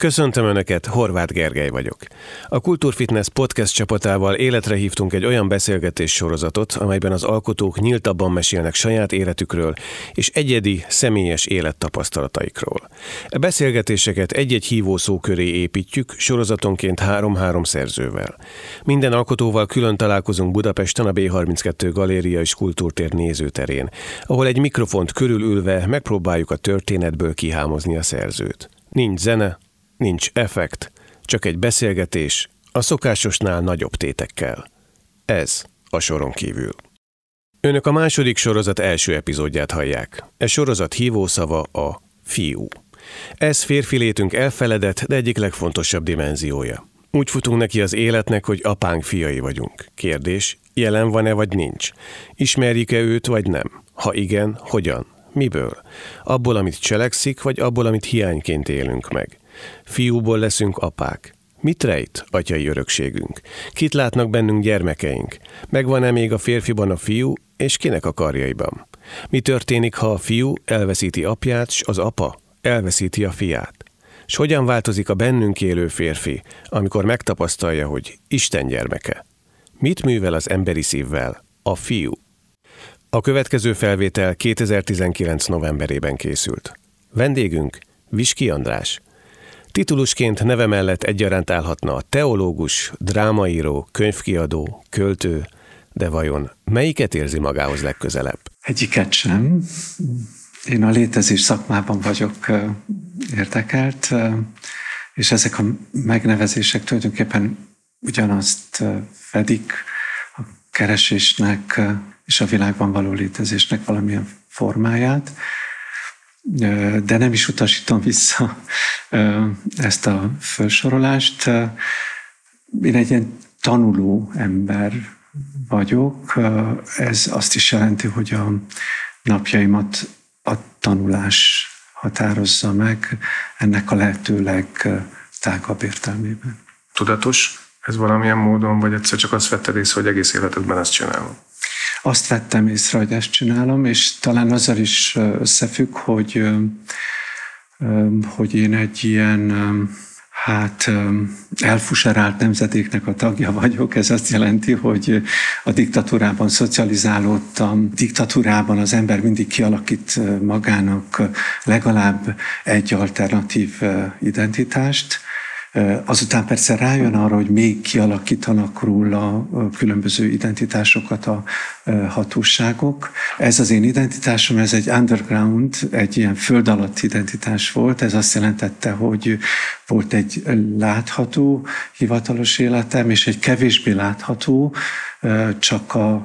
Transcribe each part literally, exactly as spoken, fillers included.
Köszöntöm Önöket, Horváth Gergely vagyok. A Kultúrfitness podcast csapatával életre hívtunk egy olyan beszélgetés sorozatot, amelyben az alkotók nyíltabban mesélnek saját életükről és egyedi, személyes élettapasztalataikról. A beszélgetéseket egy-egy hívószó köré építjük, sorozatonként három-három szerzővel. Minden alkotóval külön találkozunk Budapesten a bé harminckettő Galéria és Kultúrtér nézőterén, ahol egy mikrofont körülülve megpróbáljuk a történetből kihámozni a szerzőt. Nincs zene, nincs effekt, csak egy beszélgetés a szokásosnál nagyobb tétekkel. Ez a Soron kívül. Önök a második sorozat első epizódját hallják. E sorozat hívószava a fiú. Ez férfi létünk elfeledett, de egyik legfontosabb dimenziója. Úgy futunk neki az életnek, hogy apánk fiai vagyunk. Kérdés, jelen van-e vagy nincs? Ismerjük-e őt vagy nem? Ha igen, hogyan? Miből? Abból, amit cselekszik, vagy abból, amit hiányként élünk meg? Fiúból leszünk apák. Mit rejt atyai örökségünk? Kit látnak bennünk gyermekeink? Megvan-e még a férfiban a fiú, és kinek a karjaiban? Mi történik, ha a fiú elveszíti apját, s az apa elveszíti a fiát? S hogyan változik a bennünk élő férfi, amikor megtapasztalja, hogy Isten gyermeke? Mit művel az emberi szívvel a fiú? A következő felvétel kétezer-tizenkilenc novemberében készült. Vendégünk Viski András. Titulusként neve mellett egyaránt állhatna a teológus, drámaíró, könyvkiadó, költő, de vajon melyiket érzi magához legközelebb? Egyiket sem. Én a létezés szakmában vagyok érdekelt, és ezek a megnevezések tulajdonképpen ugyanazt fedik, a keresésnek és a világban való létezésnek valamilyen formáját, de nem is utasítom vissza ezt a felsorolást. Én egy ilyen tanuló ember vagyok. Ez azt is jelenti, hogy a napjaimat a tanulás határozza meg ennek a lehető legtágabb értelmében. Tudatos ez valamilyen módon, vagy egyszer csak azt vetted észre, hogy egész életedben ezt csinálom? Azt vettem észre, hogy ezt csinálom, és talán azzal is összefügg, hogy, hogy én egy ilyen hát elfuserált nemzedéknek a tagja vagyok. Ez azt jelenti, hogy a diktatúrában szocializálódtam. Diktatúrában az ember mindig kialakít magának legalább egy alternatív identitást. Azután persze rájön arra, hogy még kialakítanak róla különböző identitásokat a hatóságok. Ez az én identitásom, ez egy underground, egy ilyen föld alatti identitás volt. Ez azt jelentette, hogy volt egy látható hivatalos életem, és egy kevésbé látható, csak a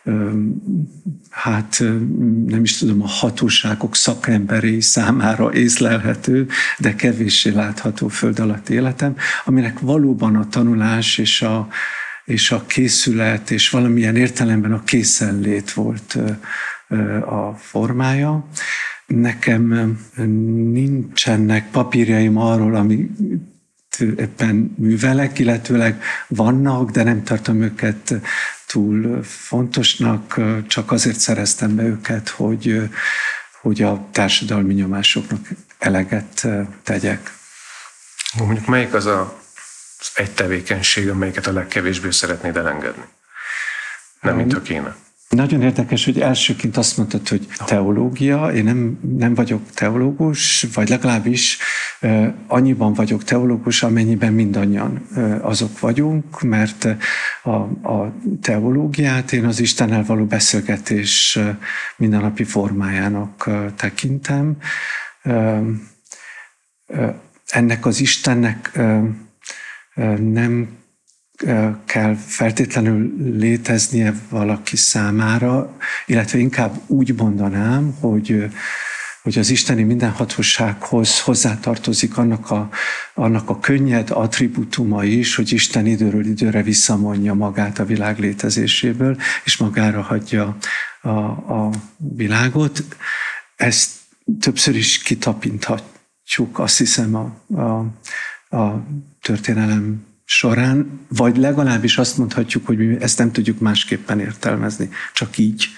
hát nem is tudom, a hatóságok szakemberei számára észlelhető, de kevéssé látható föld alatti életem, aminek valóban a tanulás és a, és a készület, és valamilyen értelemben a készenlét volt a formája. Nekem nincsenek papírjaim arról, ami ebben művelek, illetőleg vannak, de nem tartom őket túl fontosnak, csak azért szereztem be őket, hogy, hogy a társadalmi nyomásoknak eleget tegyek. Mondjuk melyik az a, az egy tevékenység, amelyiket a legkevésbé szeretnéd elengedni? Nem, mintha kéne. Nagyon érdekes, hogy elsőként azt mondtad, hogy teológia. Én nem, nem vagyok teológus, vagy legalábbis uh, annyiban vagyok teológus, amennyiben mindannyian uh, azok vagyunk, mert a, a teológiát én az Istennel való beszélgetés uh, mindennapi formájának uh, tekintem. Uh, uh, ennek az Istennek uh, uh, nem kell feltétlenül léteznie valaki számára, illetve inkább úgy mondanám, hogy, hogy az isteni mindenhatósághoz hozzátartozik annak a, annak a könnyed attribútuma is, hogy Isten időről időre visszamondja magát a világ létezéséből, és magára hagyja a, a világot. Ezt többször is kitapinthatjuk, azt hiszem, a, a, a történelem során, vagy legalábbis azt mondhatjuk, hogy mi ezt nem tudjuk másképpen értelmezni, csak így.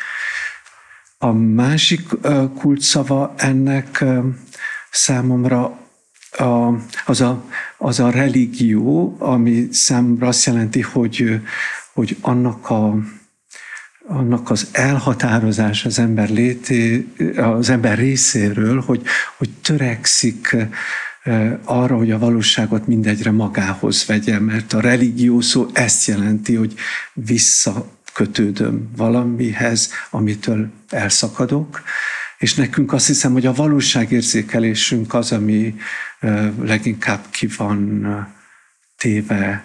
A másik kulcsszava ennek számomra a, az, a, az a religió, ami számomra azt jelenti, hogy, hogy annak, a, annak az elhatározás az ember, lété, az ember részéről, hogy, hogy törekszik arra, hogy a valóságot mindegyre magához vegye, mert a religió szó ezt jelenti, hogy visszakötődöm valamihez, amitől elszakadok, és nekünk azt hiszem, hogy a valóságérzékelésünk az, ami leginkább ki van téve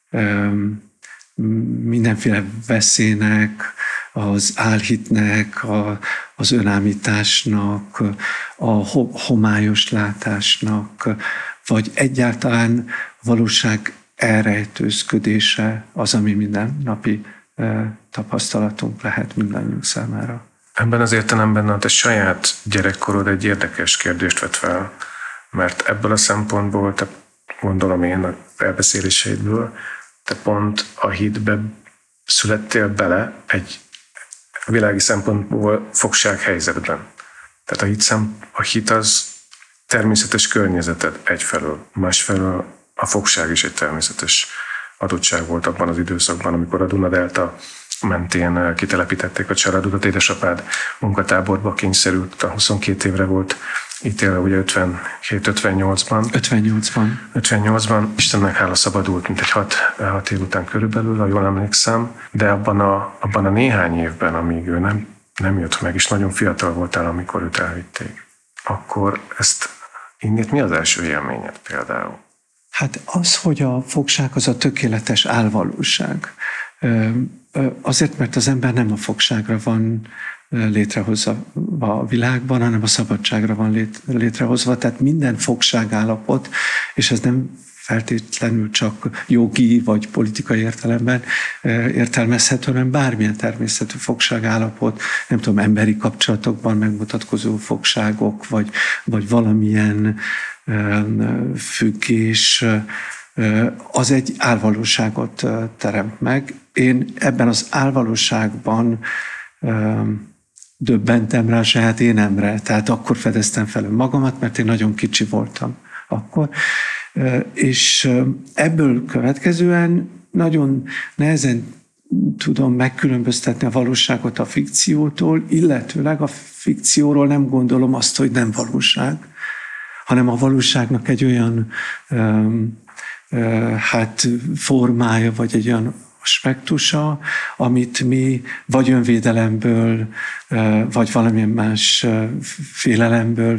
mindenféle veszélynek, az álhitnek, a, az önállításnak, a homályos látásnak, vagy egyáltalán valóság elrejtőzködése az, ami mindennapi tapasztalatunk lehet mindannyiunk számára. Ebben az értelemben a te saját gyerekkorod egy érdekes kérdést vet fel, mert ebből a szempontból, te gondolom én a elbeszéléseidből, te pont a hitbe születtél bele egy világi szempontból fogsághelyzetben. Tehát a hit, szem, a hit az természetes környezeted egyfelől, másfelől a fogság is egy természetes adottság volt abban az időszakban, amikor a Duna-delta mentén kitelepítették a családodat. Édesapád munkatáborba kényszerült, a huszonkét évre volt ítélve, ugye ötvenhét ötvennyolcban. ötvennyolcban. ötvennyolcban. Istennek hála szabadult, mint egy hat, hat év után körülbelül, ha jól emlékszem, de abban a, abban a néhány évben, amíg ő nem, nem jött meg, és nagyon fiatal voltál, amikor őt elvitték, akkor ezt innét mi az első élményed például? Hát az, hogy a fogság az a tökéletes álvalóság. Azért, mert az ember nem a fogságra van létrehozva a világban, hanem a szabadságra van létrehozva. Tehát minden fogságállapot, és ez nem feltétlenül csak jogi vagy politikai értelemben értelmezhető, hanem bármilyen természetű fogságállapot, nem tudom, emberi kapcsolatokban megmutatkozó fogságok, vagy, vagy valamilyen függés, az egy álvalóságot teremt meg. Én ebben az álvalóságban döbbentem rá a saját énemre, tehát akkor fedeztem fel magamat, mert én nagyon kicsi voltam akkor, és ebből következően nagyon nehezen tudom megkülönböztetni a valóságot a fikciótól, illetőleg a fikcióról nem gondolom azt, hogy nem valóság, hanem a valóságnak egy olyan hát formája, vagy egy olyan aspektusa, amit mi vagy önvédelemből, vagy valamilyen más félelemből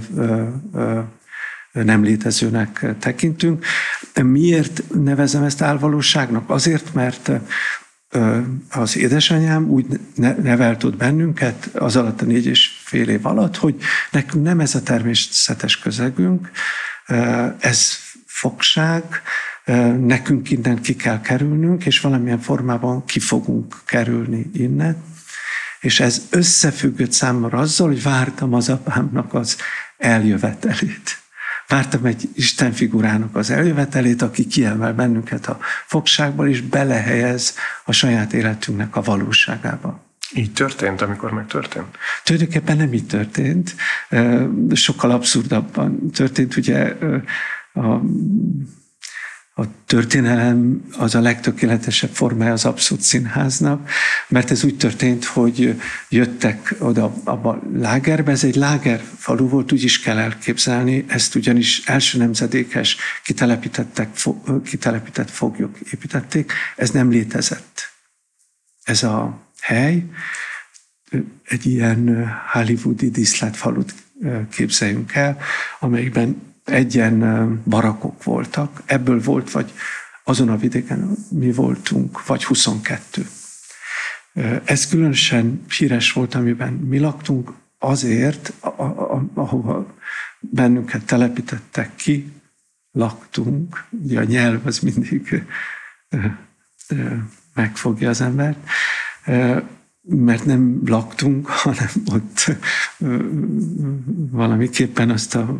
nem létezőnek tekintünk. Miért nevezem ezt álvalóságnak? Azért, mert az édesanyám úgy nevelt ott bennünket az alatt a négy és fél év alatt, hogy nekünk nem ez a természetes közegünk, ez fogság, nekünk innen ki kell kerülnünk, és valamilyen formában ki fogunk kerülni innen. És ez összefüggött számomra azzal, hogy vártam az apámnak az eljövetelét. Vártam egy istenfigurának az eljövetelét, aki kiemel bennünket a fogságból, és belehelyez a saját életünknek a valóságába. Így történt, amikor megtörtént? Tulajdonképpen nem így történt. Sokkal abszurdabban történt. Ugye a, a történelem az a legtökéletesebb formája az abszurd színháznak, mert ez úgy történt, hogy jöttek oda abba a lágerbe, ez egy lágerfalu volt, úgy is kell elképzelni, ezt ugyanis első nemzedékes kitelepítettek, kitelepített foglyok építették, ez nem létezett. Ez a hely, egy ilyen hollywoodi díszletfalut képzeljünk el, amelyikben egyen barakok voltak, ebből volt, vagy azon a vidéken mi voltunk, vagy huszonkettő. Ez különösen híres volt, amiben mi laktunk, azért, ahova bennünket telepítettek ki, laktunk, ugye a nyelv az mindig megfogja az embert, mert nem laktunk, hanem ott valamiképpen azt a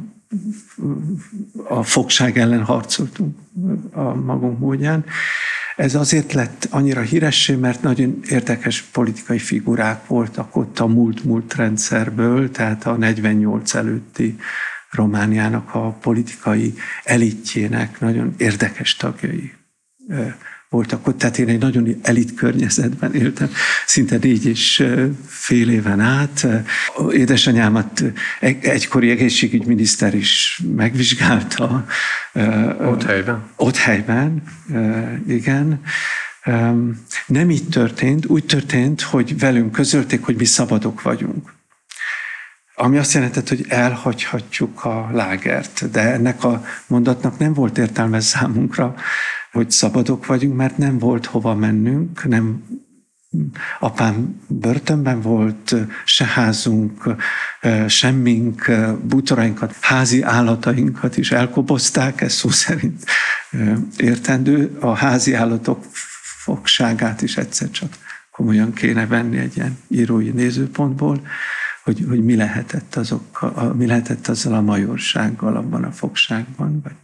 a fogság ellen harcoltunk a magunk módján. Ez azért lett annyira híressé, mert nagyon érdekes politikai figurák voltak ott a múlt-múlt rendszerből, tehát a negyvennyolc előtti Romániának a politikai elitjének nagyon érdekes tagjai voltak ott. Tehát én egy nagyon elit környezetben éltem, szinte négy és fél éven át. Édesanyámat egykori egészségügyminiszter is megvizsgálta. Ott helyben? Ott helyben, igen. Nem így történt, úgy történt, hogy velünk közölték, hogy mi szabadok vagyunk. Ami azt jelentett, hogy elhagyhatjuk a lágert, de ennek a mondatnak nem volt értelme számunkra, hogy szabadok vagyunk, mert nem volt hova mennünk, nem, apám börtönben volt, se házunk, semmink, bútorainkat, házi állatainkat is elkobozták, ez szó szerint értendő. A házi állatok fogságát is egyszer csak komolyan kéne venni egy ilyen írói nézőpontból, hogy, hogy mi lehetett azokkal, mi lehetett azzal a majorsággal abban a fogságban, vagy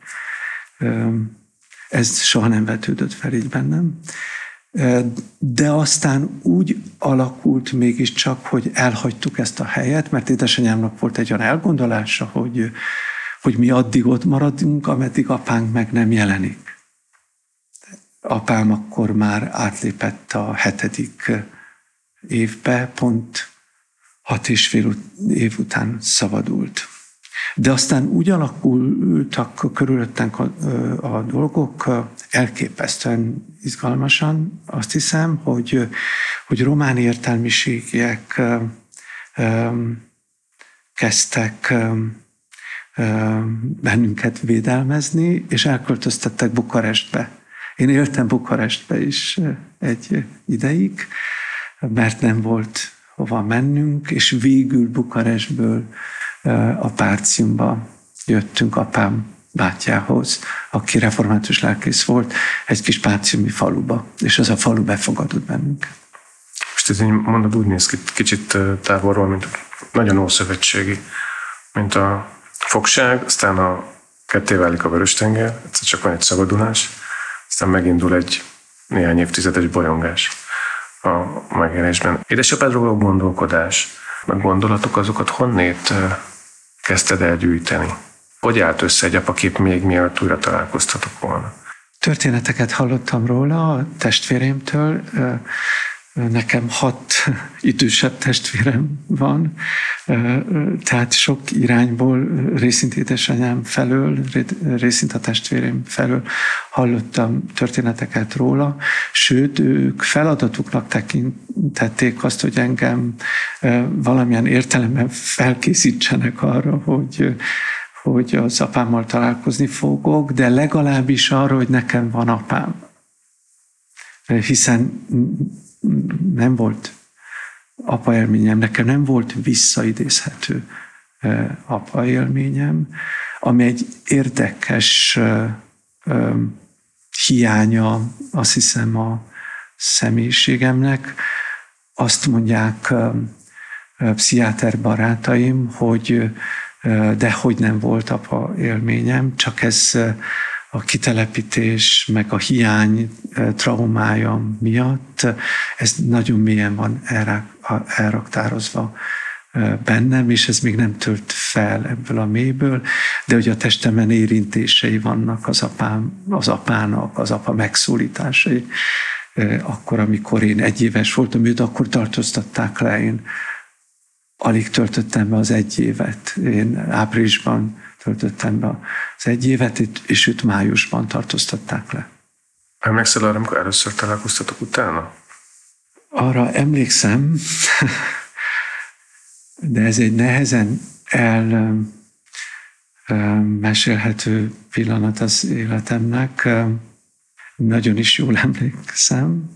ez soha nem vetődött fel így bennem. De aztán úgy alakult mégiscsak, hogy elhagytuk ezt a helyet, mert édesanyámnak volt egy olyan elgondolása, hogy, hogy mi addig ott maradunk, ameddig apánk meg nem jelenik. Apám akkor már átlépett a hetedik évbe, pont hat és fél év után szabadult. De aztán úgy alakultak körülöttünk a, a dolgok elképesztően izgalmasan. Azt hiszem, hogy, hogy román értelmiségiek kezdtek bennünket védelmezni, és elköltöztettek Bukarestbe. Én éltem Bukarestbe is egy ideig, mert nem volt hova mennünk, és végül Bukarestből a Párciumba jöttünk apám bátyjához, aki református lelkész volt, egy kis párciumi faluba, és az a falu befogadott bennünket. Most ez így mondod, úgy néz ki kicsit távolról, mint nagyon ószövetségi, mint a fogság, aztán a ketté válik a Vörös-tenger, egyszer csak van egy szabadulás, aztán megindul egy néhány évtizedes bolyongás a megjelenésben. Édesapádról a gondolkodás, meg gondolatok, azokat honnét kezdted el gyűjteni? Hogy állt össze egy apakép még mielőtt újra találkoztatok volna? Történeteket hallottam róla a testvéreimtől. Nekem hat idősebb testvérem van, tehát sok irányból, részint édesanyám felől, részint a testvérem felől hallottam történeteket róla, sőt, ők feladatuknak tekintették azt, hogy engem valamilyen értelemben felkészítsenek arra, hogy, hogy az apámmal találkozni fogok, de legalábbis arra, hogy nekem van apám. Hiszen nem volt apa élményem, nekem nem volt visszaidézhető apa élményem, ami egy érdekes hiánya, azt hiszem, a személyiségemnek. Azt mondják pszichiáter barátaim, hogy de hogy nem volt apa élményem, csak ez a kitelepítés, meg a hiány traumája miatt, ez nagyon mélyen van elraktározva bennem, és ez még nem tölt fel ebből a mélyből, de hogy a testemen érintései vannak az, apám, az apának, az apa megszólításai. Akkor, amikor én egy éves voltam, őt akkor tartóztatták le, én alig töltöttem be az egy évet. Én áprilisban töltöttem be az egy évet, és őt májusban tartóztatták le. Emlékszel arra, amikor először találkoztatok utána? Arra emlékszem, de ez egy nehezen elmesélhető pillanat az életemnek. Nagyon is jól emlékszem.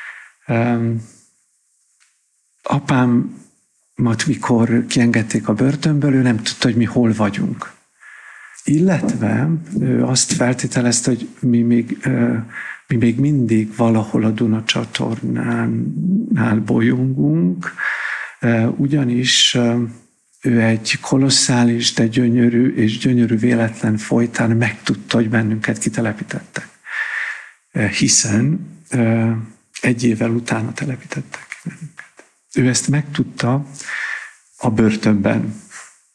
Apámat, mikor kiengedték a börtönből, ő nem tudta, hogy mi hol vagyunk. Illetve ő azt feltételezte, hogy mi még, mi még mindig valahol a Duna csatornánál bolyongunk, ugyanis ő egy kolosszális, de gyönyörű és gyönyörű véletlen folytán megtudta, hogy bennünket kitelepítettek. Hiszen egy évvel utána telepítettek bennünket. Ő ezt megtudta a börtönben.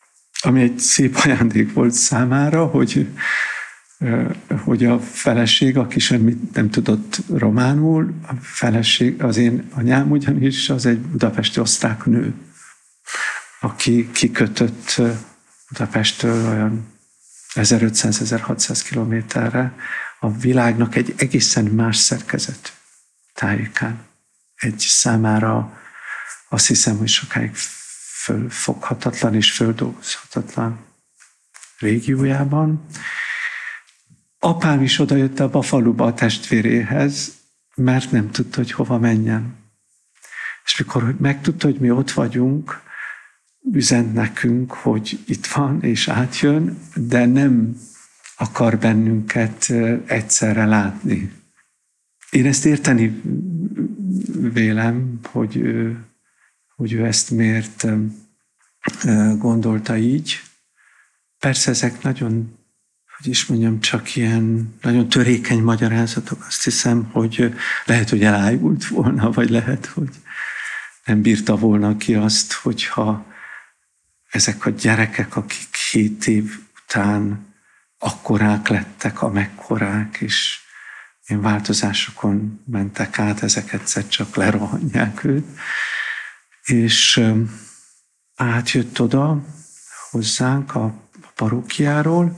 ami egy szép ajándék volt számára, hogy, hogy a feleség, aki semmit nem tudott románul, a feleség, az én anyám ugyanis, az egy budapesti osztrák nő, aki kikötött Budapesttől olyan ezerötszáz-ezerhatszáz kilométerre a világnak egy egészen más szerkezetű tájékán. Egy számára azt hiszem, hogy sokáig fölfoghatatlan és földolgozhatatlan régiójában. Apám is odajött abba a faluba a testvéréhez, mert nem tudta, hogy hova menjen. És mikor megtudta, hogy mi ott vagyunk, üzent nekünk, hogy itt van és átjön, de nem akar bennünket egyszerre látni. Én ezt érteni vélem, hogy ő, hogy ő ezt miért gondolta így. Persze ezek nagyon, hogy is mondjam, csak ilyen nagyon törékeny magyarázatok. Azt hiszem, hogy lehet, hogy elájult volna, vagy lehet, hogy nem bírta volna ki azt, hogyha ezek a gyerekek, akik hét év után akkorák lettek, amekkorák, és ilyen változásokon mentek át, ezek egyszer csak lerohanják őt. És átjött oda hozzánk a parókiáról.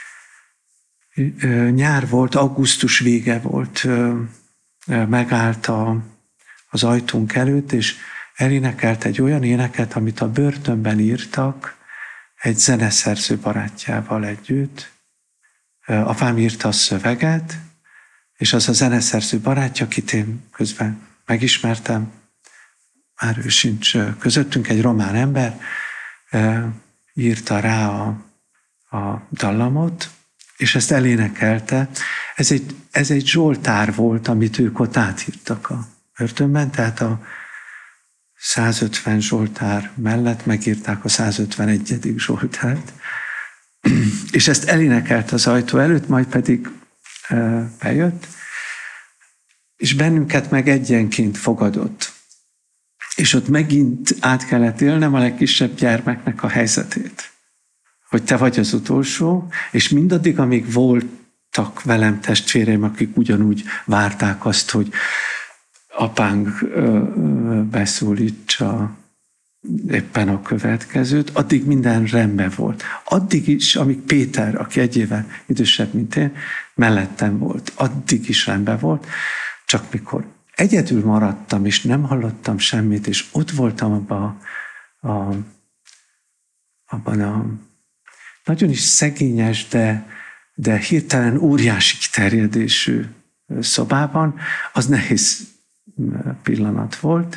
Nyár volt, augusztus vége volt, megállt a, az ajtónk előtt, és elénekelt egy olyan éneket, amit a börtönben írtak, egy zeneszerző barátjával együtt. Apám írta a szöveget, és az a zeneszerző barátja, akit én közben megismertem, már ő sincs közöttünk, egy román ember, írta rá a, a dallamot, és ezt elénekelte. Ez egy, ez egy zsoltár volt, amit ők ott átírtak a börtönben, tehát a százötven zsoltár mellett megírták a százötvenegyedik zsoltárt, és ezt elénekelt az ajtó előtt, majd pedig bejött, és bennünket meg egyenként fogadott. És ott megint át kellett élnem a legkisebb gyermeknek a helyzetét. Hogy te vagy az utolsó, és mindaddig, amíg voltak velem testvéreim, akik ugyanúgy várták azt, hogy apánk beszólítsa éppen a következőt, addig minden rendben volt. Addig is, amíg Péter, aki egy éve idősebb, mint én, mellettem volt, addig is rendben volt, csak mikor egyedül maradtam, és nem hallottam semmit, és ott voltam abban a, abban a nagyon is szegényes, de, de hirtelen óriási kiterjedésű szobában, az nehéz pillanat volt.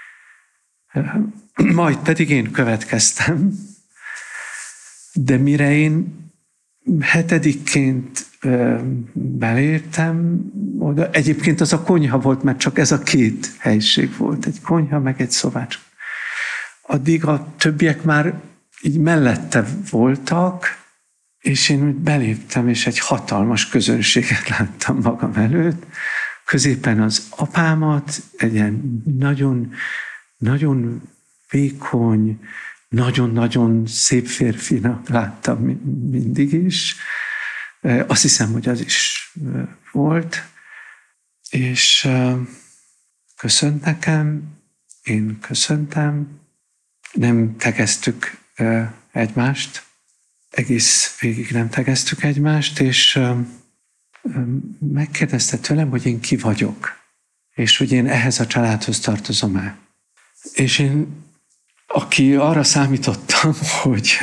Majd pedig én következtem, de mire én hetedikként beléptem oda, egyébként az a konyha volt, mert csak ez a két helység volt, egy konyha, meg egy szobács. Addig a többiek már így mellette voltak, és én úgy beléptem, és egy hatalmas közönséget láttam magam előtt. Középen az apámat, egy ilyen nagyon, nagyon vékony, nagyon-nagyon szép férfinak láttam mindig is. Azt hiszem, hogy az is volt. És köszönt nekem, én köszöntem, nem tegeztük egymást, egész végig nem tegeztük egymást, és megkérdezte tőlem, hogy én ki vagyok, és hogy én ehhez a családhoz tartozom-e. És én, aki arra számítottam, hogy,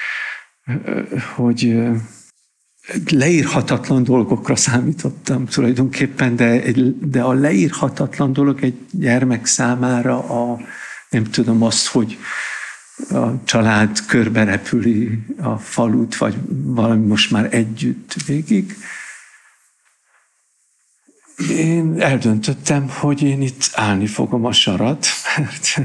hogy leírhatatlan dolgokra számítottam tulajdonképpen, de, de a leírhatatlan dolog egy gyermek számára a, nem tudom azt, hogy a család körbe repüli a falut, vagy valami most már együtt végig. Én eldöntöttem, hogy én itt állni fogom a sarat, mert...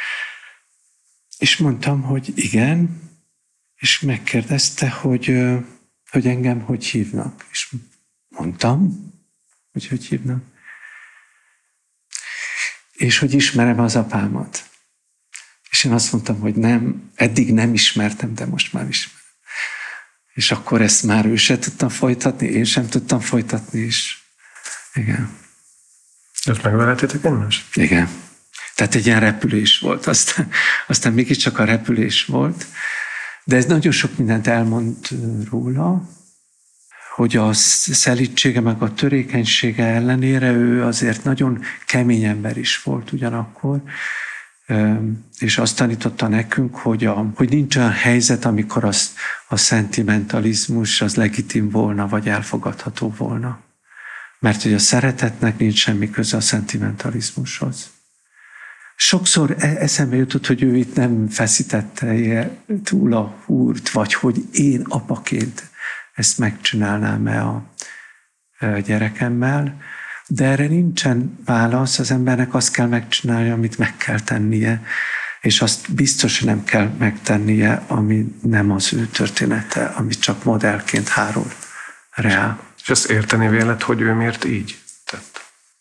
és mondtam, hogy igen, és megkérdezte, hogy, hogy engem hogy hívnak. És mondtam, hogy hogy hívnak. És hogy ismerem az apámat. És És én azt mondtam, hogy nem, eddig nem ismertem, de most már ismerem. És akkor ezt már ő sem tudtam folytatni, én sem tudtam folytatni, és igen. Ezt megvelettétek egymást? Igen. Tehát egy ilyen repülés volt. Aztán, aztán mégiscsak a repülés volt. De ez nagyon sok mindent elmond róla, hogy a szelídsége meg a törékenysége ellenére ő azért nagyon kemény ember is volt ugyanakkor, és azt tanította nekünk, hogy, a, hogy nincs olyan helyzet, amikor az, a szentimentalizmus az legitim volna, vagy elfogadható volna. Mert hogy a szeretetnek nincs semmi köze a szentimentalizmushoz. Sokszor eszembe jutott, hogy ő itt nem feszítette túl a húrt, vagy hogy én apaként ezt megcsinálnám-e a gyerekemmel, de erre nincsen válasz, az embernek azt kell megcsinálja, amit meg kell tennie, és azt biztos nem kell megtennie, ami nem az ő története, amit csak modellként hárul rá. És azt érteni véled, hogy ő miért így tett?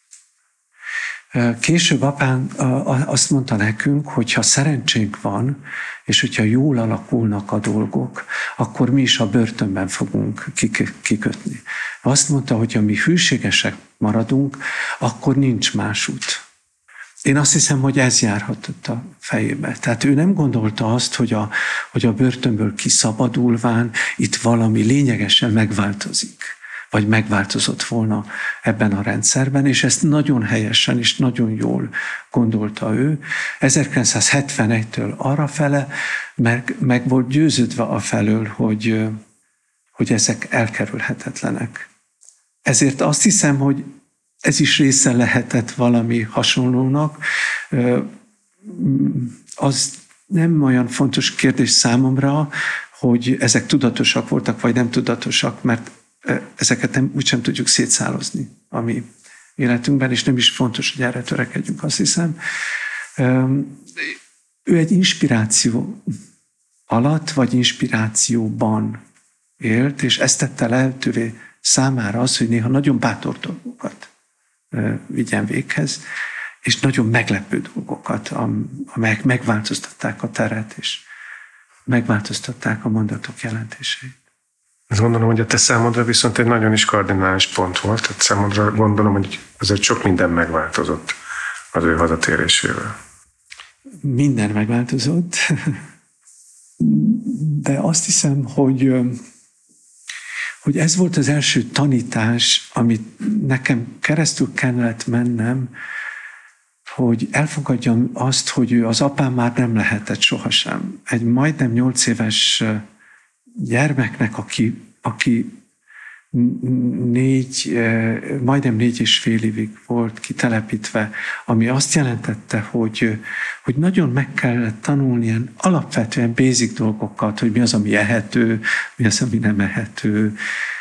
Később apám azt mondta nekünk, hogy ha szerencsénk van, és hogyha jól alakulnak a dolgok, akkor mi is a börtönben fogunk kikötni. Azt mondta, hogy ha mi hűségesek maradunk, akkor nincs más út. Én azt hiszem, hogy ez járhatott a fejébe. Tehát ő nem gondolta azt, hogy a, hogy a börtönből kiszabadulván itt valami lényegesen megváltozik, vagy megváltozott volna ebben a rendszerben, és ezt nagyon helyesen és nagyon jól gondolta ő. ezerkilencszázhetvenegytől arrafele meg, meg volt győződve afelől, hogy, hogy ezek elkerülhetetlenek. Ezért azt hiszem, hogy ez is része lehetett valami hasonlónak. Az nem olyan fontos kérdés számomra, hogy ezek tudatosak voltak, vagy nem tudatosak, mert ezeket nem, úgysem tudjuk szétszálozni a mi életünkben, és nem is fontos, hogy erre törekedjünk, azt hiszem. Ő egy inspiráció alatt, vagy inspirációban élt, és ezt tette lehetővé számára az, hogy néha nagyon bátor dolgokat vigyen véghez, és nagyon meglepő dolgokat, amelyek megváltoztatták a teret, és megváltoztatták a mondatok jelentéseit. Azt gondolom, hogy a te számodra viszont egy nagyon is kardinális pont volt. Tehát számodra gondolom, hogy azért sok minden megváltozott az ő hazatérésével. Minden megváltozott, de azt hiszem, hogy, hogy ez volt az első tanítás, amit nekem keresztül kellett mennem, hogy elfogadjam azt, hogy ő az apám már nem lehetett sohasem. Egy majdnem nyolc éves gyermeknek, aki, aki négy, majdnem négy és fél évig volt kitelepítve, ami azt jelentette, hogy, hogy nagyon meg kellett tanulni ilyen alapvetően basic dolgokat, hogy mi az, ami ehető, mi az, ami nem ehető,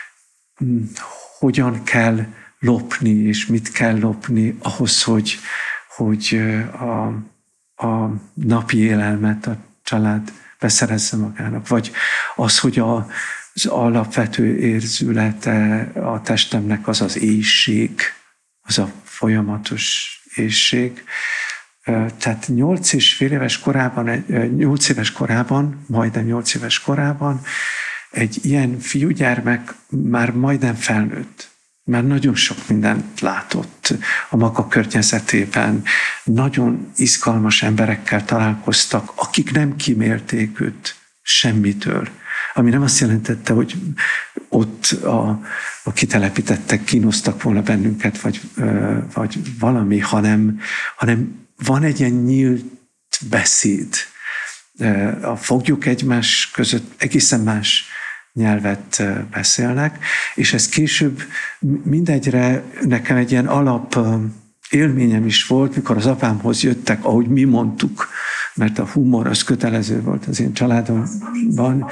hogyan kell lopni, és mit kell lopni ahhoz, hogy, hogy a, a napi élelmet a család beszerezze magának, vagy az, hogy a, az alapvető érzülete a testemnek az az éhség, az a folyamatos éhség. Tehát nyolc és fél éves korában, nyolc éves korában, majdnem nyolc éves korában egy ilyen fiúgyermek már majdnem felnőtt. Már nagyon sok mindent látott a maga környezetében. Nagyon izgalmas emberekkel találkoztak, akik nem kímélték őt semmitől. Ami nem azt jelentette, hogy ott a, a kitelepítettek kínoztak volna bennünket, vagy, vagy valami, hanem, hanem van egy ilyen nyílt beszéd. A foglyok egymás között egészen más nyelvet beszélnek, és ez később mindegyre nekem egy ilyen alap élményem is volt, mikor az apámhoz jöttek, ahogy mi mondtuk, mert a humor az kötelező volt az én családomban,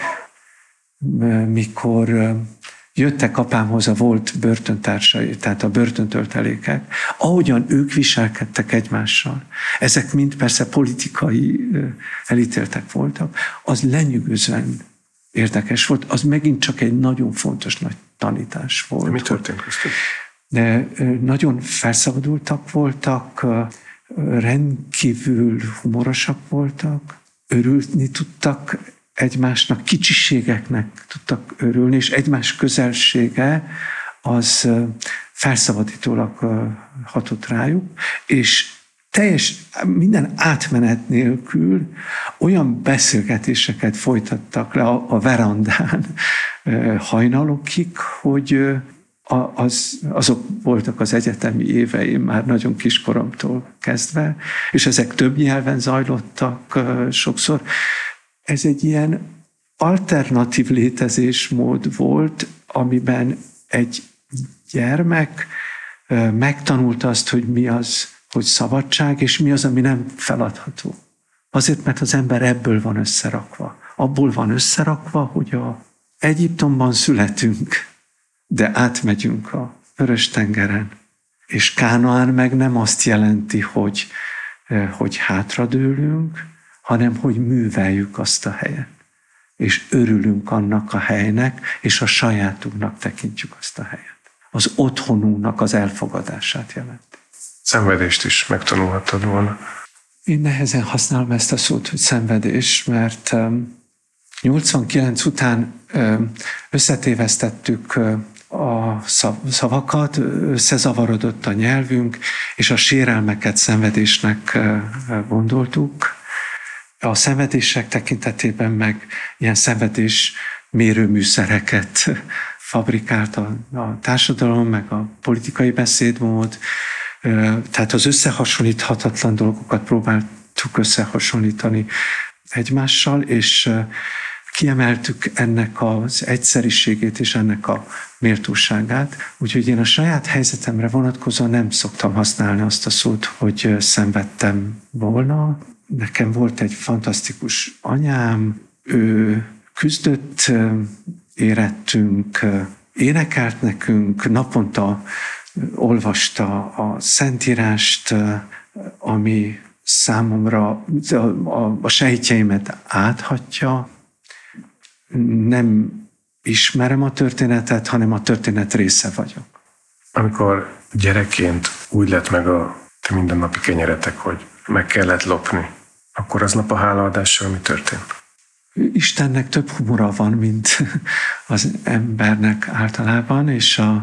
mikor jöttek apámhoz a volt börtöntársai, tehát a börtöntöltelékek, ahogyan ők viselkedtek egymással. Ezek mind persze politikai elítéltek voltak, az lenyűgözően érdekes volt, az megint csak egy nagyon fontos nagy tanítás volt. De mi történt köztük? De nagyon felszabadultak voltak, rendkívül humorosak voltak, örülni tudtak egymásnak, kicsiségeknek tudtak örülni, és egymás közelsége az felszabadítólag hatott rájuk, és teljes, minden átmenet nélkül olyan beszélgetéseket folytattak le a, a verandán hajnalokig, hogy az, azok voltak az egyetemi éveim már nagyon kiskoromtól kezdve, és ezek több nyelven zajlottak sokszor. Ez egy ilyen alternatív létezésmód volt, amiben egy gyermek megtanulta azt, hogy mi az, hogy szabadság, és mi az, ami nem feladható. Azért, mert az ember ebből van összerakva. Abból van összerakva, hogy a Egyiptomban születünk, de átmegyünk a Vörös-tengeren. És Kánaán meg nem azt jelenti, hogy, hogy hátradőlünk, hanem hogy műveljük azt a helyet. És örülünk annak a helynek, és a sajátunknak tekintjük azt a helyet. Az otthonunknak az elfogadását jelenti. Szenvedést is megtanulhattad volna. Én nehezen használom ezt a szót, hogy szenvedés, mert nyolcvankilenc után összetévesztettük a szavakat, összezavarodott a nyelvünk, és a sérelmeket szenvedésnek gondoltuk. A szenvedések tekintetében meg ilyen szenvedés mérőműszereket fabrikált a, a társadalom, meg a politikai beszédmód. Tehát az összehasonlíthatatlan dolgokat próbáltuk összehasonlítani egymással, és kiemeltük ennek az egyszeriségét és ennek a méltóságát. Úgyhogy én a saját helyzetemre vonatkozóan nem szoktam használni azt a szót, hogy szenvedtem volna. Nekem volt egy fantasztikus anyám, ő küzdött, érettünk, énekelt nekünk, naponta olvasta a Szentírást, ami számomra a, a, a sejtjeimet áthatja. Nem ismerem a történetet, hanem a történet része vagyok. Amikor gyerekként úgy lett meg a te mindennapi kenyeretek, hogy meg kellett lopni, akkor aznap a hálaadással mi történt? Istennek több humora van, mint az embernek általában, és a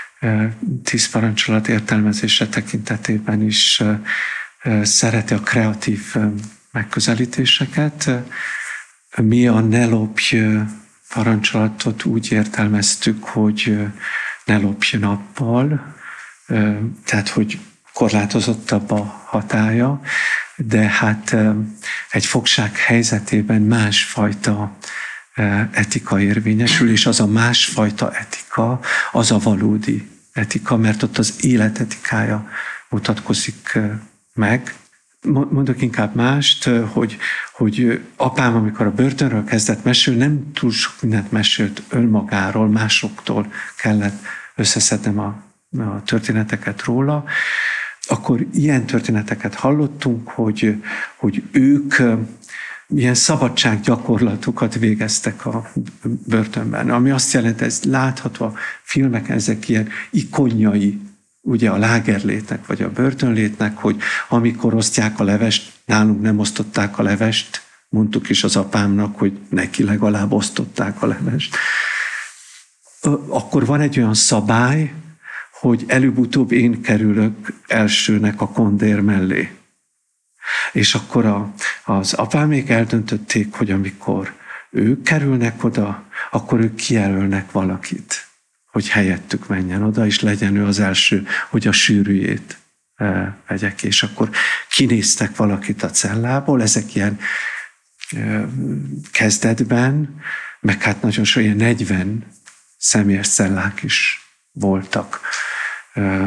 tíz parancsolat értelmezése tekintetében is szereti a kreatív megközelítéseket. Mi a ne lopj parancsolatot úgy értelmeztük, hogy ne lopj nappal, tehát hogy korlátozottabb a hatálya, de hát egy fogság helyzetében másfajta etika érvényesül, és az a másfajta etika, az a valódi etika, mert ott az életetikája mutatkozik meg. Mondok inkább mást, hogy, hogy apám, amikor a börtönről kezdett mesélni, nem túl sok mindent mesélt önmagáról, másoktól kellett összeszednem a, a történeteket róla, akkor ilyen történeteket hallottunk, hogy, hogy ők ilyen szabadsággyakorlatokat végeztek a börtönben, ami azt jelenti, ez látható a filmek, ezek ilyen ikonjai, ugye a lágerlétnek, vagy a börtönlétnek, hogy amikor osztják a levest, nálunk nem osztották a levest, mondtuk is az apámnak, hogy neki legalább osztották a levest. Akkor van egy olyan szabály, hogy előbb-utóbb én kerülök elsőnek a kondér mellé. És akkor a, az apámék eldöntötték, hogy amikor ők kerülnek oda, akkor ők kijelölnek valakit, hogy helyettük menjen oda, és legyen ő az első, hogy a sűrűjét e, vegyek. És akkor kinéztek valakit a cellából, ezek ilyen e, kezdetben, meg hát nagyon sok, ilyen negyven személyes cellák is voltak. E,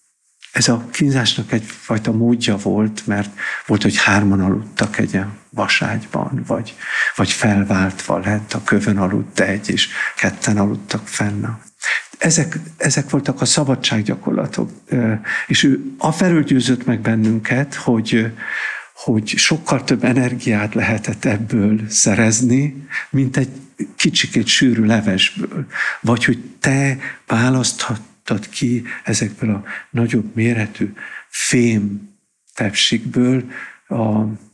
Ez a kínzásnak egyfajta módja volt, mert volt, hogy hárman aludtak egy vaságyban, vagy, vagy felváltva lent a kövön aludt egy, és ketten aludtak fenn. Ezek, ezek voltak a szabadsággyakorlatok. És ő afelől győzött meg bennünket, hogy, hogy sokkal több energiát lehetett ebből szerezni, mint egy kicsikét sűrű levesből. Vagy hogy te választhat ki ezekből a nagyobb méretű fém tepsikből a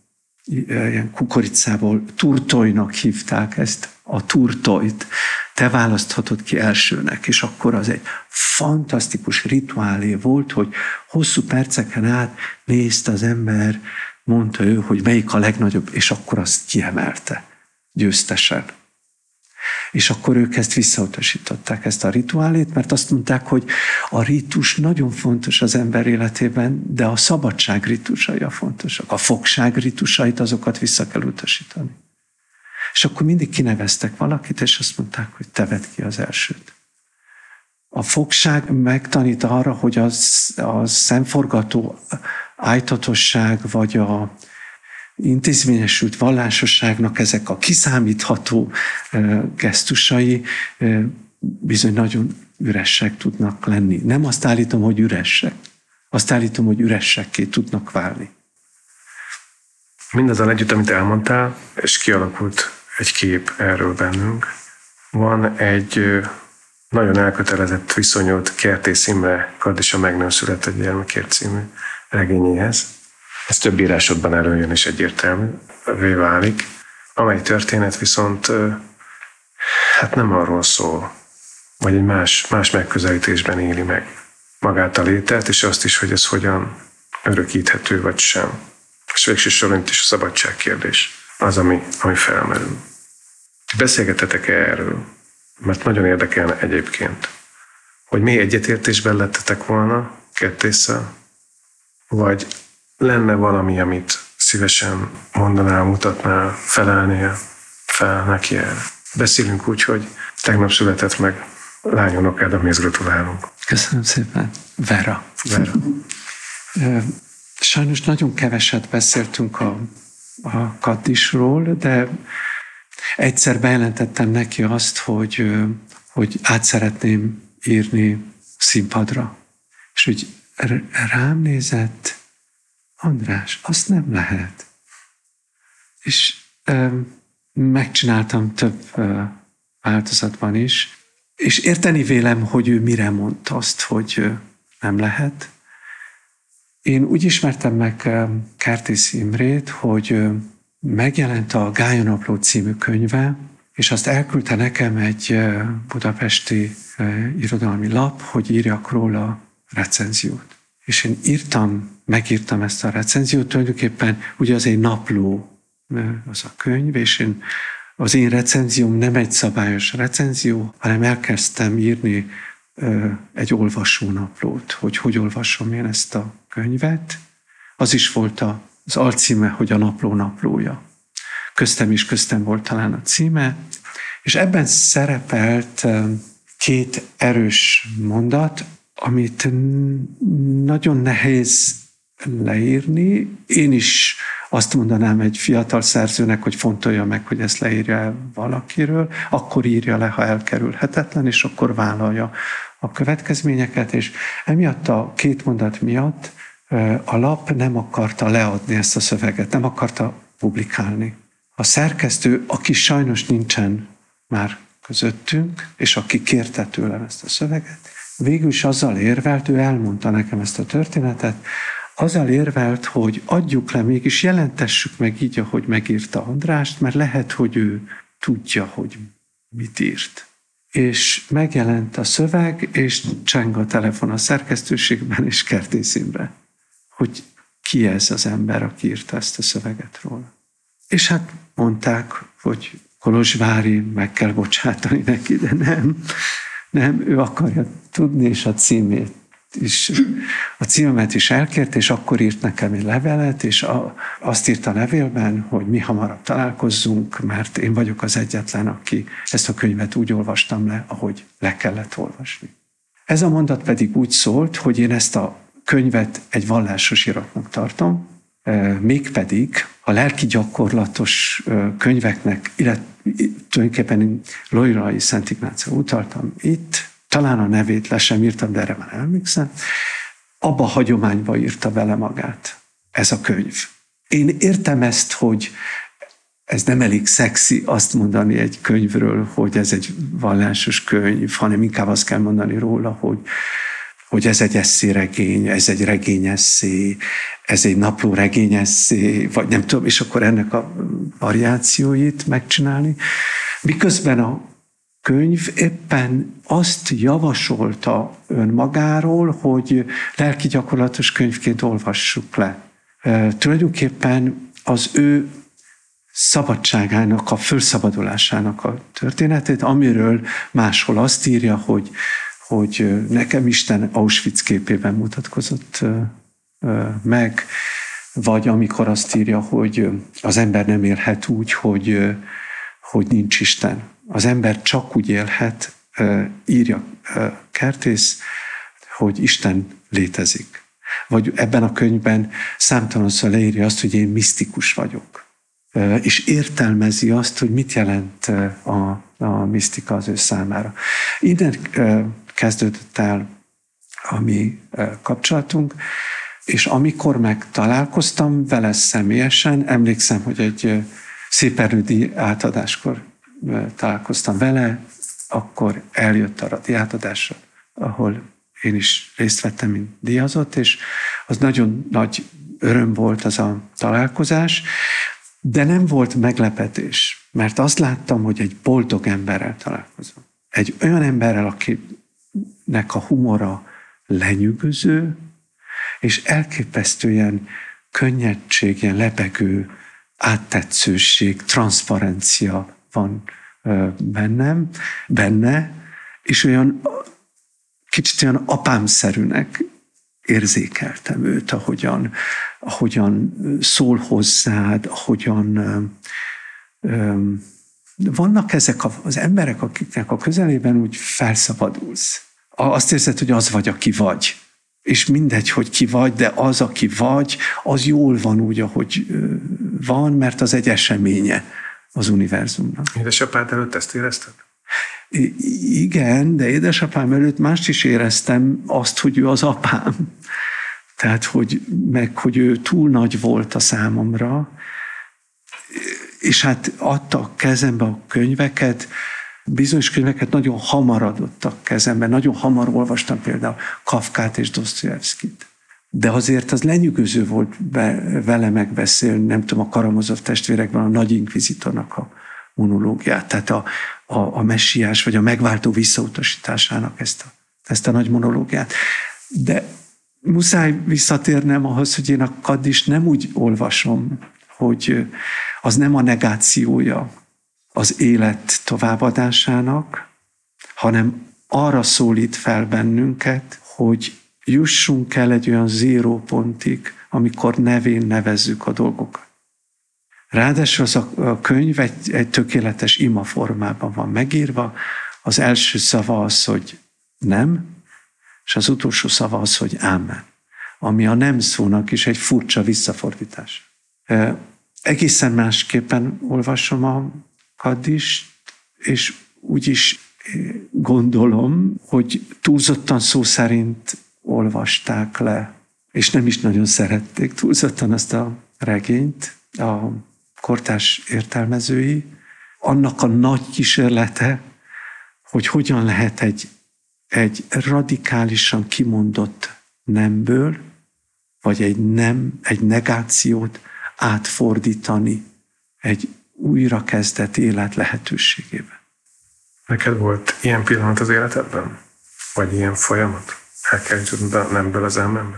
ilyen kukoricából turtojnak hívták ezt, a turtojt. Te választhatod ki elsőnek, és akkor az egy fantasztikus rituálé volt, hogy hosszú perceken át nézte az ember, mondta ő, hogy melyik a legnagyobb, és akkor azt kiemelte győztesen. És akkor ők ezt visszautasították, ezt a rituálét, mert azt mondták, hogy a ritus nagyon fontos az ember életében, de a szabadság ritusai a fontosak. A fogság ritusait, azokat vissza kell utasítani. És akkor mindig kineveztek valakit, és azt mondták, hogy te vedd ki az elsőt. A fogság megtanít arra, hogy az, a szemforgató ájtatosság, vagy a intézményesült vallásosságnak ezek a kiszámítható gesztusai bizony nagyon üresek tudnak lenni. Nem azt állítom, hogy üresek. Azt állítom, hogy üresekké tudnak válni. Mindazon együtt, amit elmondtál, és kialakult egy kép erről bennünk, van egy nagyon elkötelezett viszonyult Kertész Imre Kard és a meg nem született gyermekért című regényéhez. Ez több írásodban előjön és egyértelművé válik, amely történet viszont hát nem arról szól, vagy egy más, más megközelítésben éli meg magát a létet, és azt is, hogy ez hogyan örökíthető vagy sem. És végső soron is a szabadság kérdés az, ami, ami felmerül. Beszélgetetek-e erről? Mert nagyon érdekelne egyébként, hogy mély egyetértésben lettetek volna Kertésszel, vagy lenne valami, amit szívesen mondanál, mutatnál, felelnél fel neki erre. Beszélünk úgy, hogy tegnap született meg lányonokád, amihez gratulálunk. Köszönöm szépen. Vera. Vera. Sajnos nagyon keveset beszéltünk a, a Kaddisról, de egyszer bejelentettem neki azt, hogy, hogy át szeretném írni színpadra. És úgy rám nézett, András, azt nem lehet. És ö, megcsináltam több ö, változatban is, és érteni vélem, hogy ő mire mondta azt, hogy ö, nem lehet. Én úgy ismertem meg ö, Kertész Imrét, hogy ö, megjelent a Gálya-napló című könyve, és azt elküldte nekem egy ö, budapesti ö, irodalmi lap, hogy írjak róla recenziót. És én írtam, megírtam ezt a recenziót, tulajdonképpen ugye az egy napló az a könyv, és én, az én recenzióm nem egy szabályos recenzió, hanem elkezdtem írni ö, egy olvasónaplót, hogy hogy olvasom én ezt a könyvet. Az is volt az alcíme, hogy a napló naplója. Köztem is köztem volt talán a címe, és ebben szerepelt két erős mondat, amit nagyon nehéz leírni. Én is azt mondanám egy fiatal szerzőnek, hogy fontolja meg, hogy ezt leírja valakiről, akkor írja le, ha elkerülhetetlen, és akkor vállalja a következményeket, és emiatt a két mondat miatt a lap nem akarta leadni ezt a szöveget, nem akarta publikálni. A szerkesztő, aki sajnos nincsen már közöttünk, és aki kérte tőlem ezt a szöveget, végül is azzal érvelt, ő elmondta nekem ezt a történetet, azzal érvelt, hogy adjuk le, mégis jelentessük meg így, ahogy megírta Andrást, mert lehet, hogy ő tudja, hogy mit írt. És megjelent a szöveg, és cseng a telefon a szerkesztőségben, és Kertész Imre, hogy ki ez az ember, aki írta ezt a szöveget róla. És hát mondták, hogy Kolozsvári, meg kell bocsátani neki, de nem. Nem, ő akarja tudni, és a címét is, a címemet is elkért, és akkor írt nekem egy levelet, és a, azt írt a levélben, hogy mi hamarabb találkozzunk, mert én vagyok az egyetlen, aki ezt a könyvet úgy olvastam le, ahogy le kellett olvasni. Ez a mondat pedig úgy szólt, hogy én ezt a könyvet egy vallásos iratnak tartom, mégpedig a lelki gyakorlatos könyveknek, illetve tulajdonképpen én Loyolai Szent Ignácra utaltam itt, talán a nevét le sem írtam, de erre már emlékszem, abba a hagyományba írta bele magát ez a könyv. Én értem ezt, hogy ez nem elég szexi azt mondani egy könyvről, hogy ez egy vallásos könyv, hanem inkább azt kell mondani róla, hogy hogy ez egy esszéregény, ez egy regényesszé, ez egy napló regényesszé, vagy nem tudom, és akkor ennek a variációit megcsinálni. Miközben a könyv éppen azt javasolta önmagáról, hogy lelki gyakorlatos könyvként olvassuk le. E, tulajdonképpen az ő szabadságának, a fölszabadulásának a történetét, amiről máshol azt írja, hogy, hogy nekem Isten Auschwitz képében mutatkozott meg, vagy amikor azt írja, hogy az ember nem élhet úgy, hogy, hogy nincs Isten. Az ember csak úgy élhet, írja Kertész, hogy Isten létezik. Vagy ebben a könyvben számtalanszor leírja azt, hogy én misztikus vagyok. És értelmezi azt, hogy mit jelent a, a misztika az ő számára. Innen kezdődött el a mi kapcsolatunk, és amikor meg találkoztam vele személyesen, emlékszem, hogy egy széperlődi átadáskor találkoztam vele, akkor eljött arra a díjátadásra, ahol én is részt vettem, mint díjazott, és az nagyon nagy öröm volt az a találkozás, de nem volt meglepetés, mert azt láttam, hogy egy boldog emberrel találkozom. Egy olyan emberrel, akinek a humora lenyűgöző, és elképesztően könnyedség, ilyen lebegő, áttetszőség, transzparencia van bennem, benne, és olyan kicsit olyan apámszerűnek érzékeltem őt, ahogyan, ahogyan szól hozzád, ahogyan öm, vannak ezek az emberek, akiknek a közelében úgy felszabadulsz. Azt érzed, hogy az vagy, aki vagy. És mindegy, hogy ki vagy, de az, aki vagy, az jól van úgy, ahogy van, mert az egy eseménye az univerzumnak. Édesapád előtt ezt érezted? Igen, de édesapám előtt mást is éreztem, azt, hogy ő az apám. Tehát, hogy, meg hogy ő túl nagy volt a számomra, és hát adta a kezembe a könyveket, bizonyos könyveket nagyon hamar adottak kezembe, nagyon hamar olvastam például Kafkát és Dosztojevszkit. De azért az lenyűgöző volt be, vele megbeszélni, nem tudom, a Karamazov testvérekben a Nagy Inkvizitornak a monológiát, tehát a, a, a messiás vagy a megváltó visszautasításának ezt a, ezt a nagy monológiát. De muszáj visszatérnem ahhoz, hogy én a Kaddist nem úgy olvasom, hogy az nem a negációja az élet továbbadásának, hanem arra szólít fel bennünket, hogy jussunk el egy olyan zéró pontig, amikor nevén nevezzük a dolgokat. Ráadásul az a könyv egy, egy tökéletes ima formában van megírva. Az első szava az, hogy nem, és az utolsó szava az, hogy ámen. Ami a nem szónak is egy furcsa visszafordítás. E, egészen másképpen olvasom a Kaddist, és úgy is gondolom, hogy túlzottan szó szerint olvasták le, és nem is nagyon szerették túlzottan azt a regényt, a kortárs értelmezői, annak a nagy kísérlete, hogy hogyan lehet egy, egy radikálisan kimondott nemből, vagy egy nem, egy negációt átfordítani egy újrakezdett élet lehetőségében. Neked volt ilyen pillanat az életedben? Vagy ilyen folyamat? El kell jutni a nemből az elmenbe?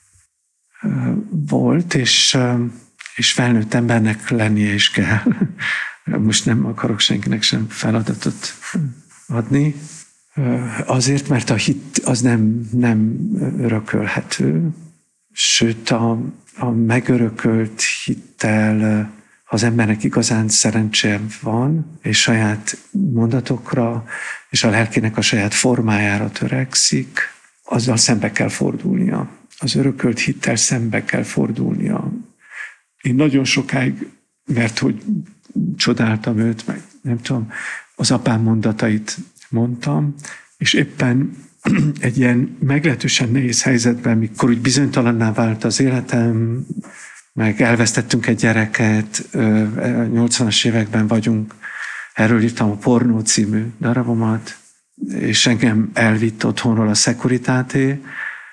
Volt, és, és felnőtt embernek lennie is kell. Most nem akarok senkinek sem feladatot adni. Azért, mert a hit az nem, nem örökölhető. Sőt, a, a megörökölt hittel az embernek igazán szerencse van, és saját mondatokra, és a lelkének a saját formájára törekszik, azzal szembe kell fordulnia. Az örökölt hittel szembe kell fordulnia. Én nagyon sokáig, mert hogy csodáltam őt, meg nem tudom, az apám mondatait mondtam, és éppen egy ilyen meglehetősen nehéz helyzetben, mikor úgy bizonytalanná vált az életem, meg elvesztettünk egy gyereket, nyolcvanas években vagyunk, erről írtam a Pornó című darabomat, és engem elvitt otthonról a Securitate.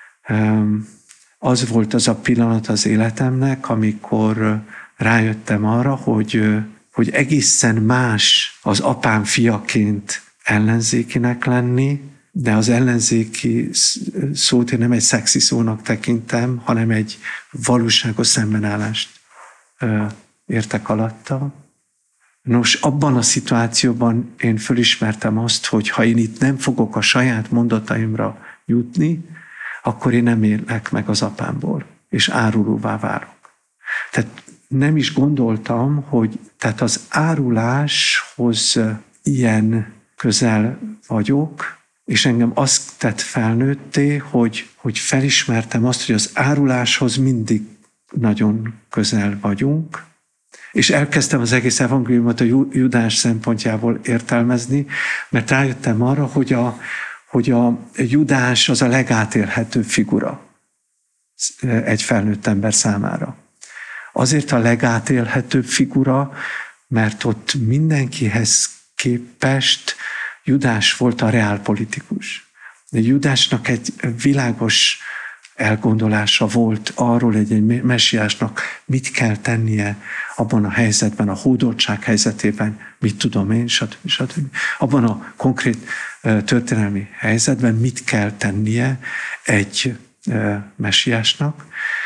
Az volt az a pillanat az életemnek, amikor rájöttem arra, hogy, hogy egészen más az apám fiaként ellenzékinek lenni, de az ellenzéki szót én nem egy szexi szónak tekintem, hanem egy valóságos szembenállást értek alatta. Nos, abban a szituációban én fölismertem azt, hogy ha én itt nem fogok a saját mondataimra jutni, akkor én nem élek meg az apámból, és árulóvá válok. Tehát nem is gondoltam, hogy tehát az áruláshoz ilyen közel vagyok, és engem azt tett felnőtté, hogy, hogy felismertem azt, hogy az áruláshoz mindig nagyon közel vagyunk, és elkezdtem az egész evangéliumot a Judás szempontjából értelmezni, mert rájöttem arra, hogy a, hogy a Judás az a legátélhetőbb figura egy felnőtt ember számára. Azért a legátélhetőbb figura, mert ott mindenkihez képest Judás volt a reálpolitikus. Judásnak egy világos elgondolása volt arról, hogy egy messiásnak mit kell tennie abban a helyzetben, a hódoltság helyzetében, mit tudom én, stb. stb. Abban a konkrét történelmi helyzetben mit kell tennie egy messiásnak.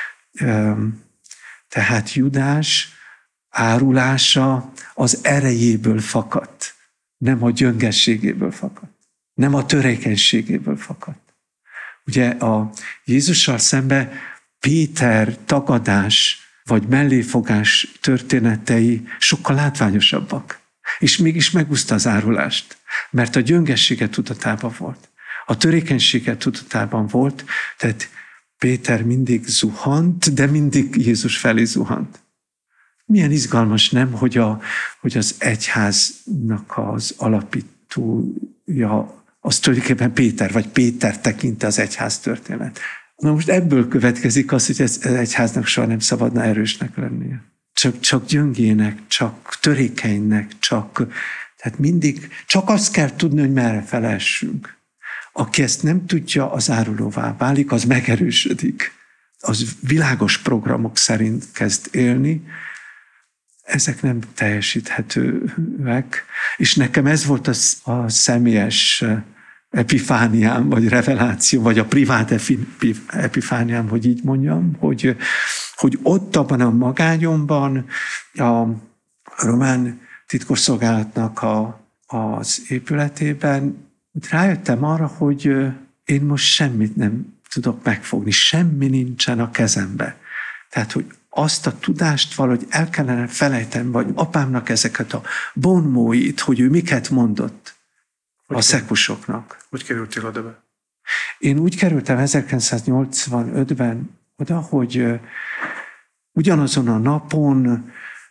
Tehát Judás árulása az erejéből fakadt, nem a gyöngességéből fakadt, nem a törékenységéből fakadt. Ugye a Jézussal szembe Péter tagadás vagy melléfogás történetei sokkal látványosabbak. És mégis megúszta az árulást, mert a gyöngessége tudatában volt. A törékenysége tudatában volt, tehát Péter mindig zuhant, de mindig Jézus felé zuhant. Milyen izgalmas, nem, hogy, a, hogy az egyháznak az alapítója az tulajdonképpen Péter, vagy Péter tekinte az egyház történet. Na most ebből következik az, hogy ez, ez egyháznak soha nem szabadna erősnek lennie. Csak, csak gyöngének, csak törékenynek, csak, tehát mindig, csak azt kell tudni, hogy merre felessünk. Aki ezt nem tudja, az árulóvá válik, az megerősödik. Az világos programok szerint kezd élni. Ezek nem teljesíthetőek. És nekem ez volt a, a személyes epifániám, vagy reveláció, vagy a privát epifániám, hogy így mondjam, hogy, hogy ott abban a magányomban a román titkosszolgálatnak a, az épületében rájöttem arra, hogy én most semmit nem tudok megfogni, semmi nincsen a kezembe. Tehát, hogy azt a tudást valahogy el kellene felejteni, vagy apámnak ezeket a bonmóit, hogy ő miket mondott hogy a szekusoknak. Hogy kerültél oda be? Én úgy kerültem ezerkilencszáznyolcvanötben oda, hogy ugyanazon a napon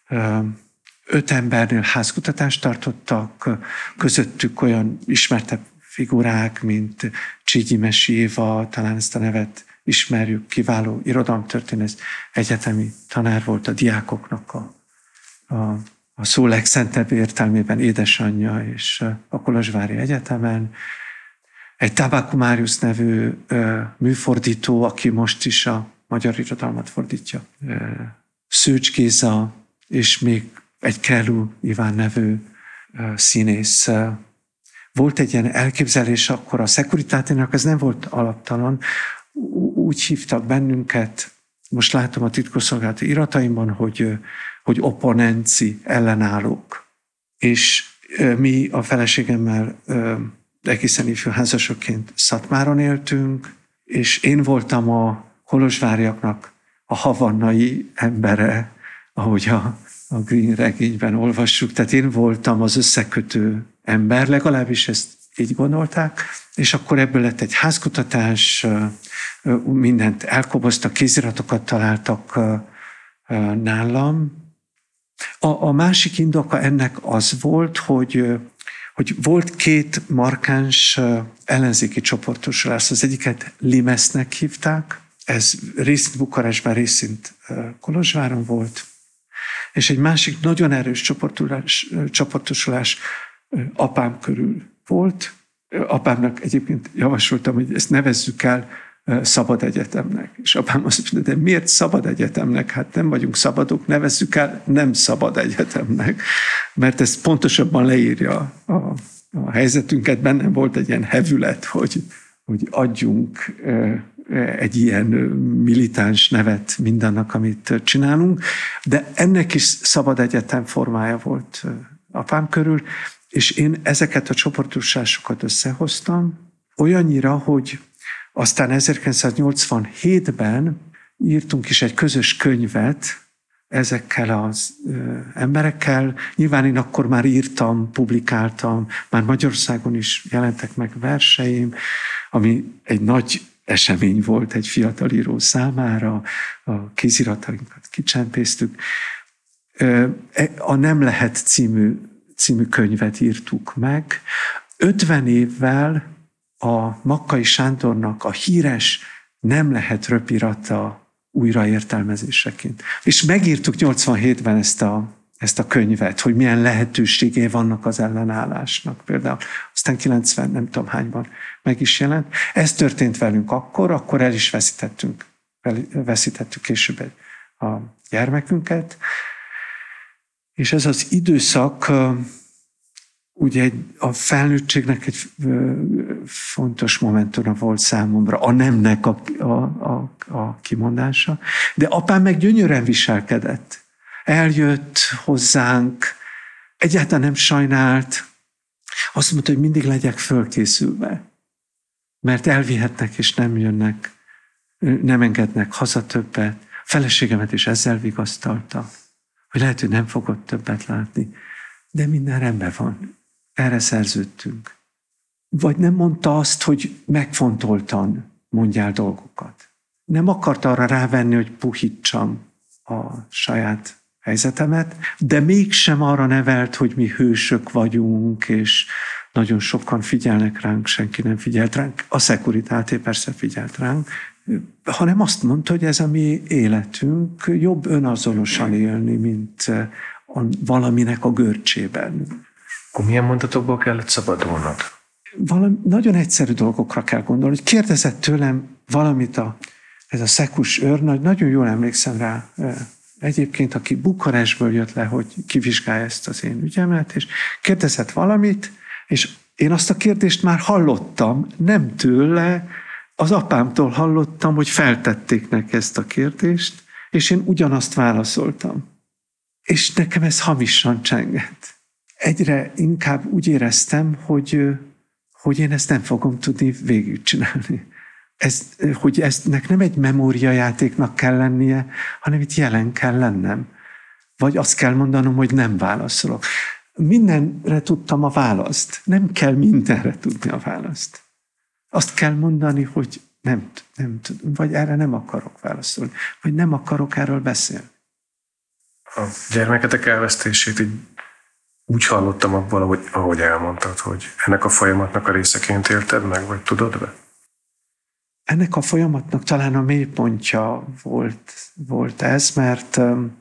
öt embernél házkutatást tartottak, közöttük olyan ismertebb figurák, mint Csígyi Mesi Éva, talán ezt a nevet ismerjük, kiváló irodalomtörténész, egyetemi tanár volt, a diákoknak a, a, a szó legszentebb értelmében édesanyja, és a Kolozsvári Egyetemen. Egy Tabáko Máriusz nevű ö, műfordító, aki most is a magyar irodalmat fordítja. Ö, Szőcs Géza, és még egy Krelú Iván nevű ö, színész. Volt egy ilyen elképzelés akkor a Securitáténak, ez nem volt alaptalan, úgy hívtak bennünket, most látom a titkosszolgálati irataimban, hogy, hogy opponenci, ellenállók. És mi a feleségemmel egészen ifjú házasokként Szatmáron éltünk, és én voltam a kolozsváriaknak a havannai embere, ahogy a, a Green regényben olvassuk. Tehát én voltam az összekötő ember, legalábbis ezt így gondolták, és akkor ebből lett egy házkutatás, mindent elkoboztak, kéziratokat találtak nálam. A, a másik indoka ennek az volt, hogy, hogy volt két markáns ellenzéki csoportosulás. Az egyiket Limesznek hívták, ez részint Bukarestben, részint Kolozsváron volt, és egy másik nagyon erős csoportosulás, csoportosulás apám körül volt, Apámnak egyébként javasoltam, hogy ezt nevezzük el szabad egyetemnek. És apám azt mondta, de miért szabad egyetemnek? Hát nem vagyunk szabadok, nevezzük el nem szabad egyetemnek. Mert ez pontosabban leírja a, a helyzetünket. Bennem volt egy ilyen hevület, hogy, hogy adjunk egy ilyen militáns nevet mindannak, amit csinálunk. De ennek is szabad egyetem formája volt apám körül, és én ezeket a csoportosulásokat összehoztam olyannyira, hogy aztán ezerkilencszáznyolcvanhétben írtunk is egy közös könyvet ezekkel az ö, emberekkel. Nyilván én akkor már írtam, publikáltam, már Magyarországon is jelentek meg verseim, ami egy nagy esemény volt egy fiatal író számára, a kéziratainkat kicsempésztük. A Nem lehet című, című könyvet írtuk meg. ötven évvel a Makkai Sándornak a híres Nem lehet röpirata újraértelmezéseként. És megírtuk nyolcvanhétben ezt a, ezt a könyvet, hogy milyen lehetőségei vannak az ellenállásnak például. Aztán kilencven nem tudom hányban meg is jelent. Ez történt velünk akkor, akkor el is veszítettünk, veszítettük később a gyermekünket. És ez az időszak ugye egy, a felnőttségnek egy fontos momentuma volt számomra, a nemnek a, a, a, a kimondása. De apám meg gyönyörűen viselkedett. Eljött hozzánk, egyáltalán nem sajnált. Azt mondta, hogy mindig legyek fölkészülve, mert elvihetnek és nem jönnek, nem engednek haza többet. A feleségemet is ezzel vigasztalta, hogy lehet, hogy nem fogod többet látni, de minden rendben van. Erre szerződtünk. Vagy nem mondta azt, hogy megfontoltan mondjál dolgokat. Nem akart arra rávenni, hogy puhítsam a saját helyzetemet, de mégsem arra nevelt, hogy mi hősök vagyunk, és nagyon sokan figyelnek ránk, senki nem figyelt ránk. A Securitate persze figyelt ránk, hanem azt mondta, hogy ez a mi életünk, jobb önazonosan élni, mint a valaminek a görcsében. Akkor milyen mondatokból kellett szabadulnod? Valami, nagyon egyszerű dolgokra kell gondolni. Kérdezett tőlem valamit a, ez a szekus őrnagy, nagyon jól emlékszem rá, egyébként, aki Bukarestből jött le, hogy kivizsgálja ezt az én ügyemet, és kérdezett valamit, és én azt a kérdést már hallottam, nem tőle, az apámtól hallottam, hogy feltették neki ezt a kérdést, és én ugyanazt válaszoltam. És nekem ez hamisan csengett. Egyre inkább úgy éreztem, hogy, hogy én ezt nem fogom tudni végigcsinálni. Ez, hogy eznek nem egy memóriajátéknak kell lennie, hanem itt jelen kell lennem. Vagy azt kell mondanom, hogy nem válaszolok. Mindenre tudtam a választ. Nem kell mindenre tudni a választ. Azt kell mondani, hogy nem, nem tudom, vagy erre nem akarok válaszolni, vagy nem akarok erről beszélni. A gyermeketek elvesztését így úgy hallottam abból, ahogy, ahogy elmondtad, hogy ennek a folyamatnak a részeként élted meg, vagy tudod be? Ennek a folyamatnak talán a mélypontja volt, volt ez, mert um,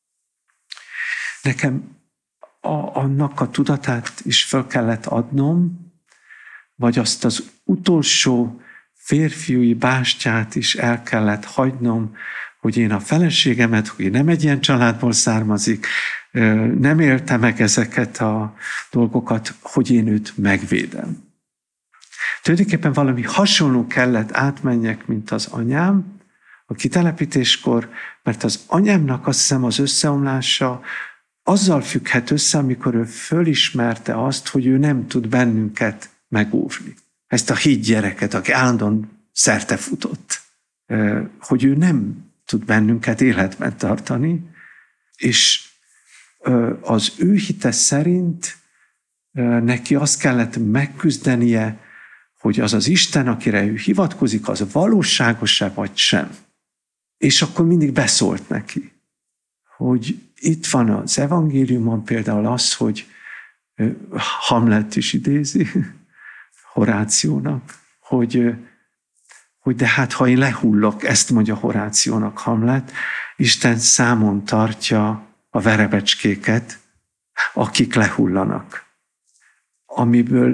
nekem a, annak a tudatát is fel kellett adnom, vagy azt az utolsó férfiúi bástyát is el kellett hagynom, hogy én a feleségemet, hogy nem egy ilyen családból származik, nem élte meg ezeket a dolgokat, hogy én őt megvédem. Tulajdonképpen valami hasonló kellett átmenjek, mint az anyám a kitelepítéskor, mert az anyámnak azt hiszem az összeomlása azzal függhet össze, amikor ő fölismerte azt, hogy ő nem tud bennünket megóvni. Ezt a híd gyereket, aki állandóan szertefutott, hogy ő nem tud bennünket életben tartani, és az ő hite szerint neki azt kellett megküzdenie, hogy az az Isten, akire ő hivatkozik, az valóságos-e vagy sem. És akkor mindig beszólt neki, hogy itt van az evangéliumon például az, hogy Hamlet is idézi Horációnak, hogy, hogy de hát ha én lehullok, ezt mondja Horációnak Hamlet, Isten számon tartja a verebecskéket, akik lehullanak. Amiből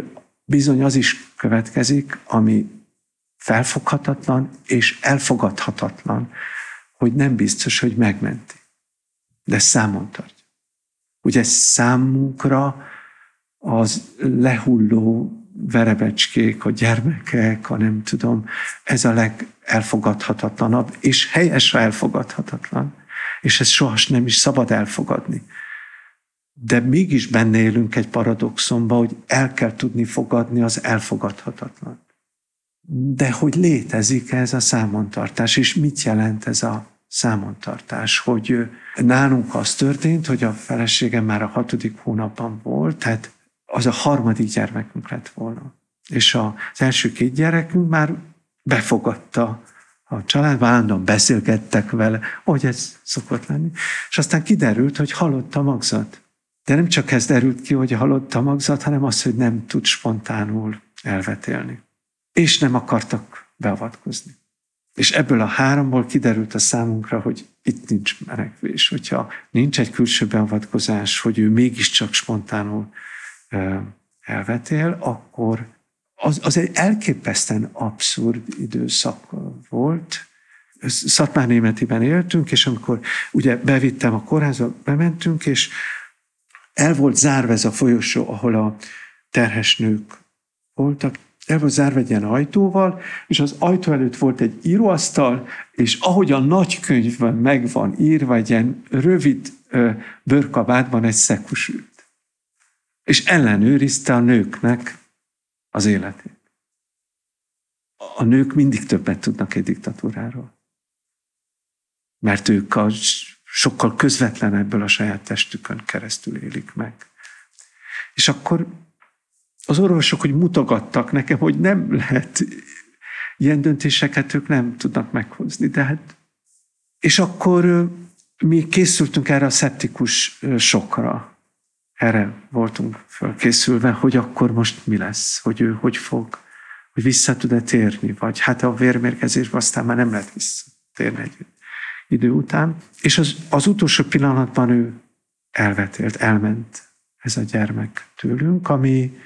bizony az is következik, ami felfoghatatlan és elfogadhatatlan, hogy nem biztos, hogy megmenti. De számon tartja. Ugye számunkra az lehulló verebecskék, a gyermekek, a nem tudom, ez a legelfogadhatatlanabb, és helyes, ha elfogadhatatlan. És ezt sohas nem is szabad elfogadni. De mégis benne élünk egy paradoxonba, hogy el kell tudni fogadni az elfogadhatatlan. De hogy létezik ez a számontartás, és mit jelent ez a számontartás? Hogy nálunk az történt, hogy a feleségem már a hatodik hónapban volt, tehát az a harmadik gyermekünk lett volna. És az első két gyerekünk már befogadta a családban, állandóan beszélgettek vele, ahogy ez szokott lenni. És aztán kiderült, hogy halott a magzat. De nem csak ez derült ki, hogy halott a magzat, hanem az, hogy nem tud spontánul elvetélni. És nem akartak beavatkozni. És ebből a háromból kiderült a számunkra, hogy itt nincs menekvés. Hogyha nincs egy külső beavatkozás, hogy ő mégiscsak spontánul elvetél, akkor az, az egy elképesztően abszurd időszak volt. Szatmárnémetiben éltünk, és amikor ugye bevittem a kórházba, bementünk, és el volt zárva ez a folyosó, ahol a terhes nők voltak. El volt zárva egy ilyen ajtóval, és az ajtó előtt volt egy íróasztal, és ahogy a nagykönyvben meg van írva, egy ilyen rövid ö, bőrkabátban egy szekus ült. És ellenőrizte a nőknek az életét. A nők mindig többet tudnak egy diktatúráról. Mert ők a sokkal közvetlenebből a saját testükön keresztül élik meg. És akkor az orvosok, hogy mutogattak nekem, hogy nem lehet, ilyen döntéseket ők nem tudnak meghozni. De hát, és akkor mi készültünk erre a szeptikus sokra. Erre voltunk felkészülve, hogy akkor most mi lesz, hogy ő hogy fog, hogy vissza tud-e térni, vagy hát a vérmérgezésben aztán már nem lehet visszatérni egy idő után. És az, az utolsó pillanatban ő elvetélt, elment ez a gyermek tőlünk, ami,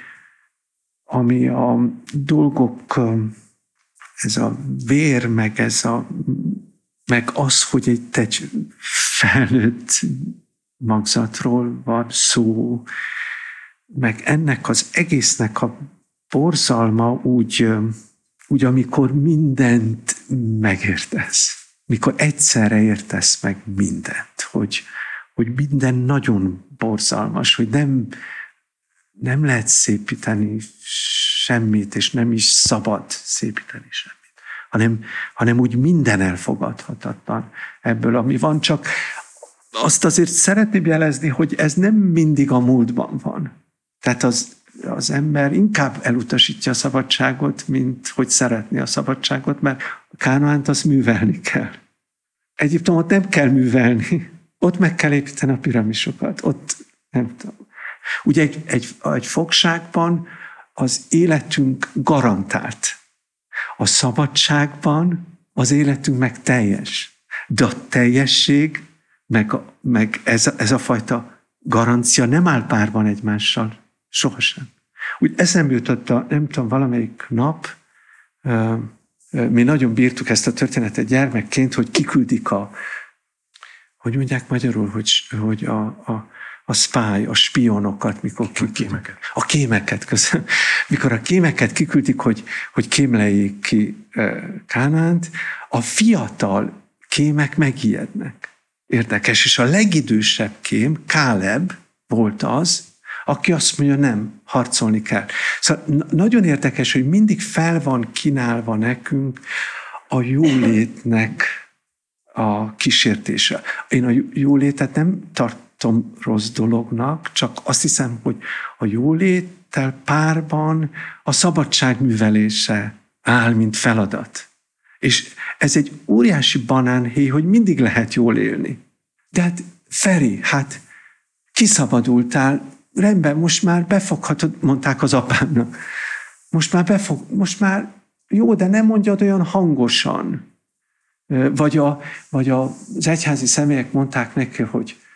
ami a dolgok, ez a vér, meg ez a, meg az, hogy egy tegy felnőtt magzatról van szó, meg ennek az egésznek a borzalma úgy, úgy amikor mindent megértesz, mikor egyszerre értesz meg mindent, hogy, hogy minden nagyon borzalmas, hogy nem, nem lehet szépíteni semmit, és nem is szabad szépíteni semmit, hanem, hanem úgy minden elfogadhatatlan ebből, ami van, csak azt azért szeretném jelezni, hogy ez nem mindig a múltban van. Tehát az, az ember inkább elutasítja a szabadságot, mint hogy szeretné a szabadságot, mert a Kánaánt azt művelni kell. Egyiptomot nem kell művelni, ott meg kell építeni a piramisokat, ott nem tudom. Ugye egy, egy, egy fogságban az életünk garantált. A szabadságban az életünk meg teljes. De a teljesség, meg, meg ez, a, ez a fajta garancia nem áll párban egymással. Sohasem. Úgy eszembe jutott a, nem tudom, valamelyik nap, uh, mi nagyon bírtuk ezt a történetet gyermekként, hogy kiküldik a, hogy mondják magyarul, hogy, hogy a, a, a spy, a spionokat, mikor a kémeket. A kémeket, köszönöm. Mikor a kémeket kiküldik, hogy, hogy kémleljék ki uh, Kánaánt, a fiatal kémek megijednek. Érdekes, és a legidősebb kém, Káleb volt az, aki azt mondja, nem, harcolni kell. Szóval nagyon érdekes, hogy mindig fel van kínálva nekünk a jólétnek a kísértése. Én a jólétet nem tartom rossz dolognak, csak azt hiszem, hogy a jóléttel párban a szabadság művelése áll, mint feladat. És ez egy óriási banánhéj, hogy mindig lehet jól élni. De hát Feri, hát kiszabadultál, rendben, most már befoghatod, mondták az apámnak. Most már befog, most már jó, de nem mondjad olyan hangosan. Vagy, a, vagy az egyházi személyek mondták neki, hogy,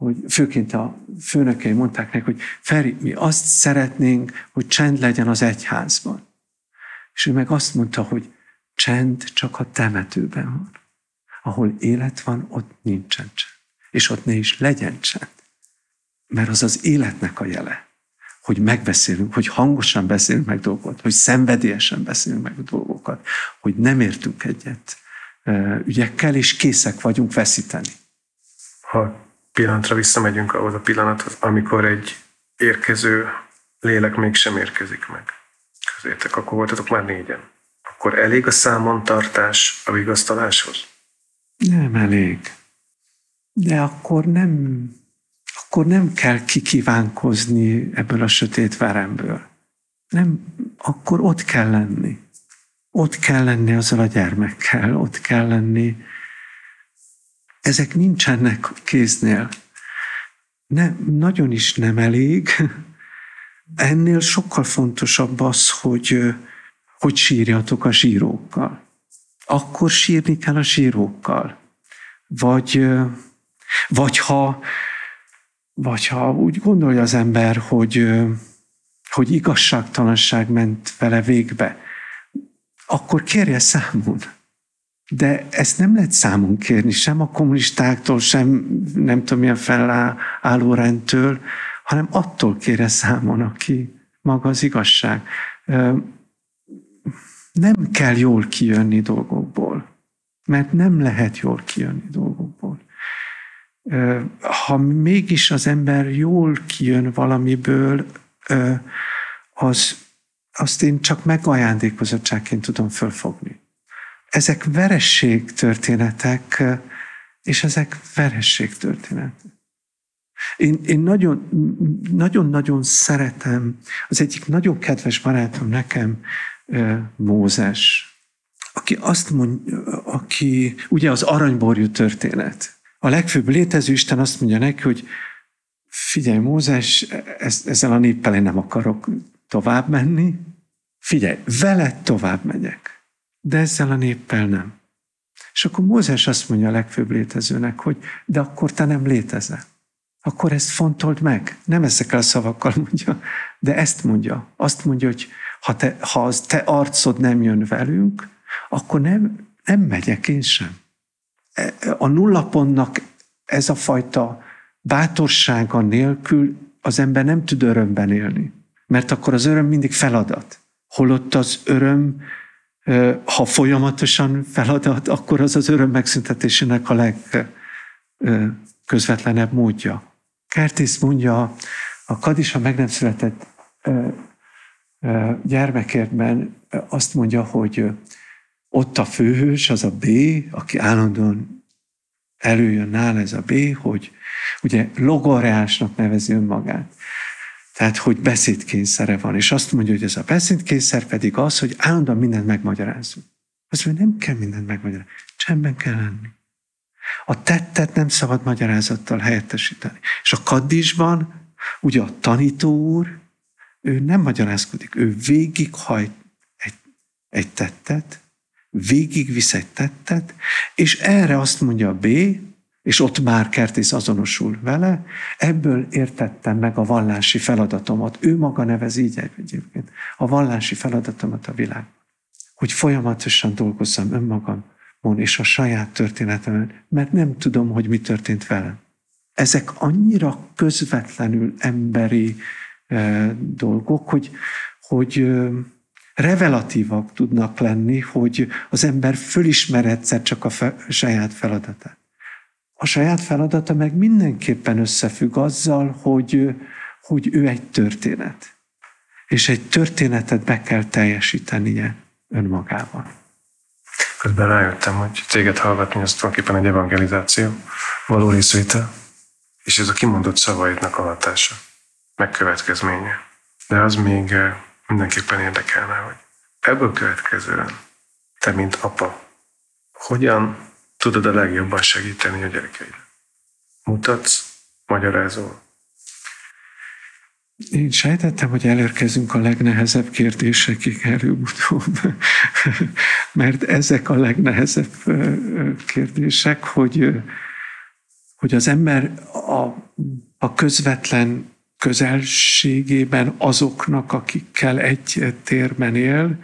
hogy főként a főnökei mondták neki, hogy Feri, mi azt szeretnénk, hogy csend legyen az egyházban. És ő meg azt mondta, hogy csend csak a temetőben van. Ahol élet van, ott nincsen csend. És ott ne is legyen csend. Mert az az életnek a jele, hogy megbeszélünk, hogy hangosan beszélünk meg dolgokat, hogy szenvedélyesen beszélünk meg dolgokat, hogy nem értünk egyet ügyekkel, és készek vagyunk veszíteni. Ha pillanatra visszamegyünk ahhoz a pillanathoz, amikor egy érkező lélek mégsem érkezik meg közétek, akkor voltatok már négyen. Akkor elég a számontartás a vigasztaláshoz? Nem elég. De akkor nem, akkor nem kell kikívánkozni ebből a sötét veremből. Nem, akkor ott kell lenni. Ott kell lenni azzal a gyermekkel, ott kell lenni. Ezek nincsenek kéznél. Nem, nagyon is nem elég. Ennél sokkal fontosabb az, hogy, hogy sírjatok a zsírókkal. Akkor sírni kell a zsírókkal. Vagy, vagy, ha, vagy ha úgy gondolja az ember, hogy, hogy igazságtalanság ment vele végbe, akkor kérje számon. De ezt nem lehet számon kérni, sem a kommunistáktól, sem nem tudom milyen felálló rendtől, hanem attól kérje számon, aki maga az igazság. Nem kell jól kijönni dolgokból, mert nem lehet jól kijönni dolgokból. Ha mégis az ember jól kijön valamiből, az, azt én csak megajándékozottságként tudom fölfogni. Ezek veresség történetek, és ezek veresség történetek. Én, én nagyon, nagyon-nagyon szeretem, az egyik nagyon kedves barátom nekem, Mózes, aki azt mondja, aki ugye az aranyborjú történet. A legfőbb létező Isten azt mondja neki, hogy figyelj Mózes, ezzel a néppel én nem akarok tovább menni. Figyelj, veled tovább megyek, de ezzel a néppel nem. És akkor Mózes azt mondja a legfőbb létezőnek, hogy de akkor te nem létezel. Akkor ezt fontold meg. Nem ezekkel a szavakkal mondja, de ezt mondja. Azt mondja, hogy ha, te, ha az te arcod nem jön velünk, akkor nem, nem megyek én sem. A nullapontnak ez a fajta bátorsága nélkül az ember nem tud örömben élni. Mert akkor az öröm mindig feladat. Holott az öröm, ha folyamatosan feladat, akkor az az öröm megszüntetésének a legközvetlenebb módja. Kertész mondja, a Kadisa meg nem született gyermekértben azt mondja, hogy ott a főhős, az a B, aki állandóan előjön nála, ez a B, hogy ugye logoreásnak nevezi önmagát. Tehát, hogy beszédkényszere van. És azt mondja, hogy ez a beszédkényszer pedig az, hogy állandóan mindent megmagyarázunk. Azt mondja, nem kell mindent megmagyarázni. Csendben kell lenni. A tettet nem szabad magyarázattal helyettesíteni. És a Kaddisban ugye a tanító úr, ő nem magyarázkodik. Ő végighajt egy, egy tettet, végigvisz egy tettet, és erre azt mondja a B, és ott már Kertész azonosul vele, ebből értettem meg a vallási feladatomat. Ő maga nevez így egyébként. A vallási feladatomat a világban. Hogy folyamatosan dolgozzam önmagamon és a saját történetemen, mert nem tudom, hogy mi történt velem. Ezek annyira közvetlenül emberi eh, dolgok, hogy, hogy eh, revelatívak tudnak lenni, hogy az ember fölismer egyszer csak a fe, saját feladatát. A saját feladata meg mindenképpen összefügg azzal, hogy, hogy ő egy történet. És egy történetet be kell teljesítenie önmagában. Közben rájöttem, hogy téged hallgatni, az tulajdonképpen egy evangelizáció, való részvétel, és ez a kimondott szavaidnak a hatása, megkövetkezménye. De az még mindenképpen érdekelne, hogy ebből következően te, mint apa, hogyan tudod a legjobban segíteni a gyerekeidre? Mutatsz, magyarázol? Én sejtettem, hogy elérkezünk a legnehezebb kérdésekig előbb-utóbb, mert ezek a legnehezebb kérdések, hogy, hogy az ember a, a közvetlen közelségében azoknak, akikkel egy térben él,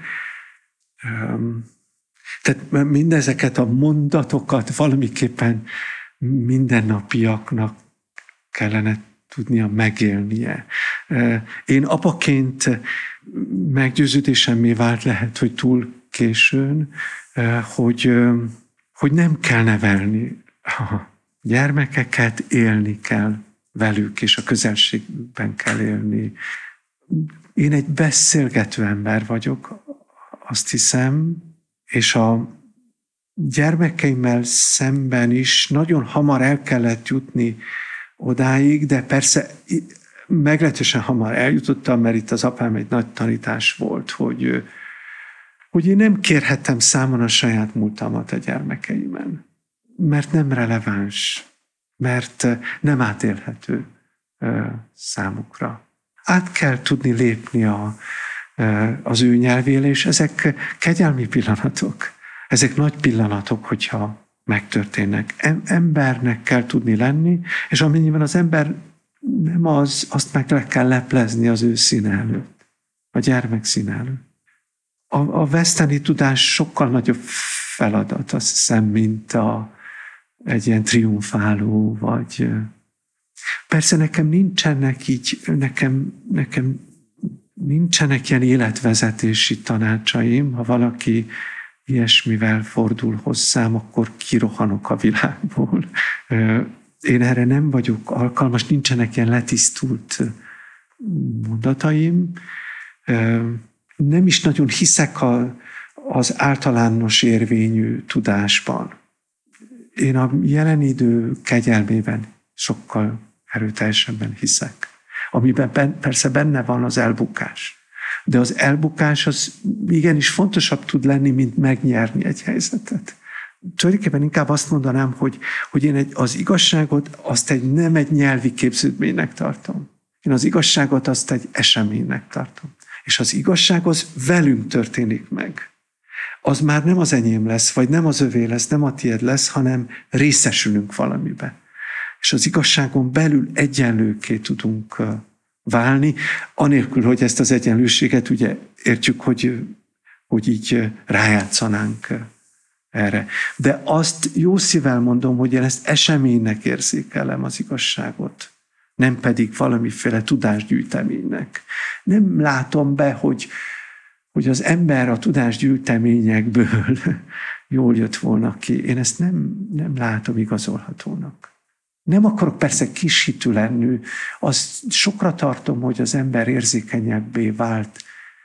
tehát mindezeket a mondatokat valamiképpen mindennapiaknak kellene tudnia megélnie. Én apaként meggyőződésemmé vált, lehet, hogy túl későn, hogy, hogy nem kell nevelni a gyermekeket, élni kell velük, és a közelségben kell élni. Én egy beszélgető ember vagyok, azt hiszem, és a gyermekeimmel szemben is nagyon hamar el kellett jutni odáig, de persze meglehetősen hamar eljutottam, mert itt az apám egy nagy tanítás volt, hogy, hogy én nem kérhettem számon a saját múltamat a gyermekeimen, mert nem releváns, mert nem átélhető számukra. Át kell tudni lépni a, az ő nyelvére, és ezek kegyelmi pillanatok. Ezek nagy pillanatok, hogyha megtörténnek. Embernek kell tudni lenni, és amennyiben az ember nem az, azt meg le kell leplezni az ő színe előtt, a gyermek színe előtt. A, a veszteni tudás sokkal nagyobb feladat, azt hiszem, mint a, egy ilyen triumfáló, vagy... Persze nekem nincsenek így, nekem, nekem nincsenek ilyen életvezetési tanácsaim. Ha valaki ilyesmivel fordul hozzám, akkor kirohanok a világból. Én erre nem vagyok alkalmas, nincsenek ilyen letisztult mondataim. Nem is nagyon hiszek a, az általános érvényű tudásban. Én a jelen idő kegyelmében sokkal erőteljesebben hiszek. Amiben ben, persze benne van az elbukás. De az elbukás az igenis fontosabb tud lenni, mint megnyerni egy helyzetet. Tulajdonképpen inkább azt mondanám, hogy, hogy én egy, az igazságot azt egy, nem egy nyelvi képződménynek tartom. Én az igazságot azt egy eseménynek tartom. És az igazság az velünk történik meg. Az már nem az enyém lesz, vagy nem az övé lesz, nem a tiéd lesz, hanem részesülünk valamibe. És az igazságon belül egyenlőkké tudunk válni, anélkül, hogy ezt az egyenlőséget ugye értjük, hogy, hogy így rájátszanánk erre. De azt jó szívvel mondom, hogy én ezt eseménynek érzékelem az igazságot, nem pedig valamiféle tudásgyűjteménynek. Nem látom be, hogy, hogy az ember a tudásgyűjteményekből jól jött volna ki. Én ezt nem, nem látom igazolhatónak. Nem akarok persze kishitű lenni, azt sokra tartom, hogy az ember érzékenyebbé vált.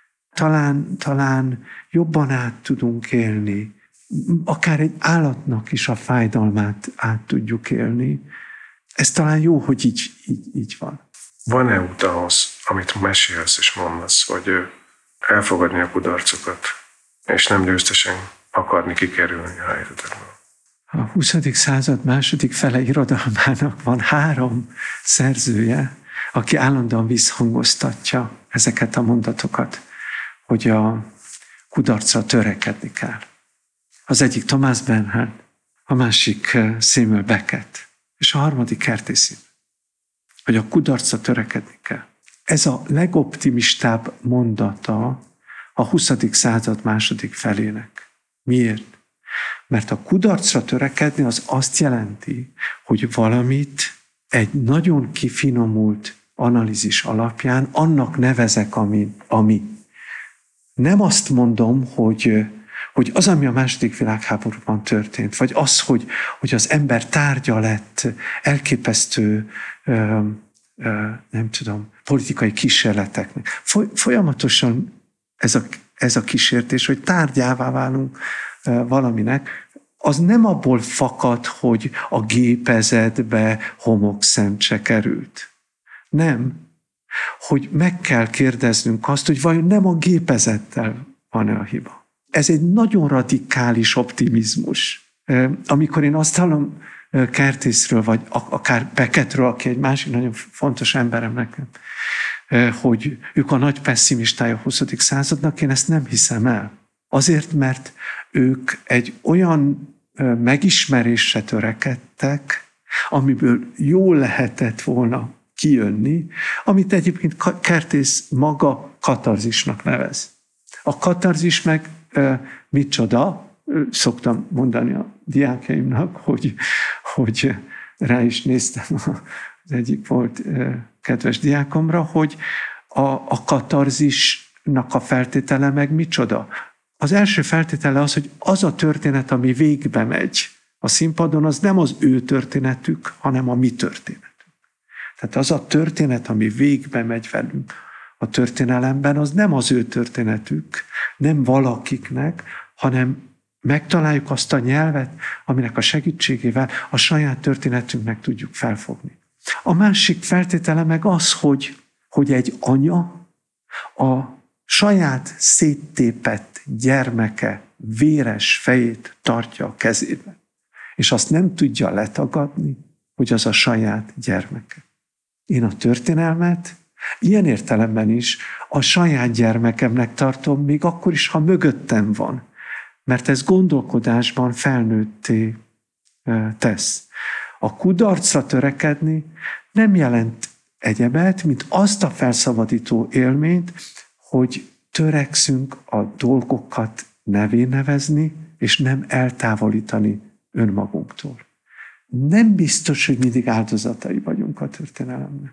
Talán, talán jobban át tudunk élni, akár egy állatnak is a fájdalmát át tudjuk élni. Ez talán jó, hogy így, így, így van. Van-e út ahhoz, amit mesélsz és mondasz, hogy elfogadni a kudarcokat, és nem győztesen akarni kikerülni a helyzetekből? A huszadik század második fele irodalmának van három szerzője, aki állandóan visszhangoztatja ezeket a mondatokat, hogy a kudarcra törekedni kell. Az egyik Thomas Bernhard, a másik Samuel Beckett, és a harmadik Kertész Imre, hogy a kudarcra törekedni kell. Ez a legoptimistább mondata a huszadik század második felének. Miért? Mert a kudarcra törekedni az azt jelenti, hogy valamit egy nagyon kifinomult analízis alapján annak nevezek, ami. ami. Nem azt mondom, hogy, hogy az, ami a második világháborúban történt, vagy az, hogy, hogy az ember tárgya lett elképesztő, ö, ö, nem tudom, politikai kísérleteknek. Folyamatosan ez a, ez a kísértés, hogy tárgyává válunk valaminek, az nem abból fakad, hogy a gépezetbe homokszemcse került. Nem. Hogy meg kell kérdeznünk azt, hogy vajon nem a gépezettel van-e a hiba. Ez egy nagyon radikális optimizmus. Amikor én azt hallom Kertészről, vagy akár Beckettről, aki egy másik nagyon fontos emberem nekem, hogy ők a nagy pesszimistája a huszadik századnak, én ezt nem hiszem el. Azért, mert ők egy olyan megismerésre törekedtek, amiből jól lehetett volna kijönni, amit egyébként Kertész maga katarzisnak nevez. A katarzis meg e, micsoda, szoktam mondani a diákjaimnak, hogy, hogy rá is néztem, az egyik volt e, kedves diákomra, hogy a, a katarzisnak a feltétele meg micsoda. Az első feltétele az, hogy az a történet, ami végbe megy a színpadon, az nem az ő történetük, hanem a mi történetünk. Tehát az a történet, ami végbe megy velünk a történelemben, az nem az ő történetük, nem valakiknek, hanem megtaláljuk azt a nyelvet, aminek a segítségével a saját történetünknek tudjuk felfogni. A másik feltétele meg az, hogy, hogy egy anya a saját széttépett gyermeke véres fejét tartja a kezében, és azt nem tudja letagadni, hogy az a saját gyermeke. Én a történelmet ilyen értelemben is a saját gyermekemnek tartom, még akkor is, ha mögöttem van, mert ez gondolkodásban felnőtté tesz. A kudarcra törekedni nem jelent egyebet, mint azt a felszabadító élményt, hogy törekszünk a dolgokat nevén nevezni, és nem eltávolítani önmagunktól. Nem biztos, hogy mindig áldozatai vagyunk a történelemnek.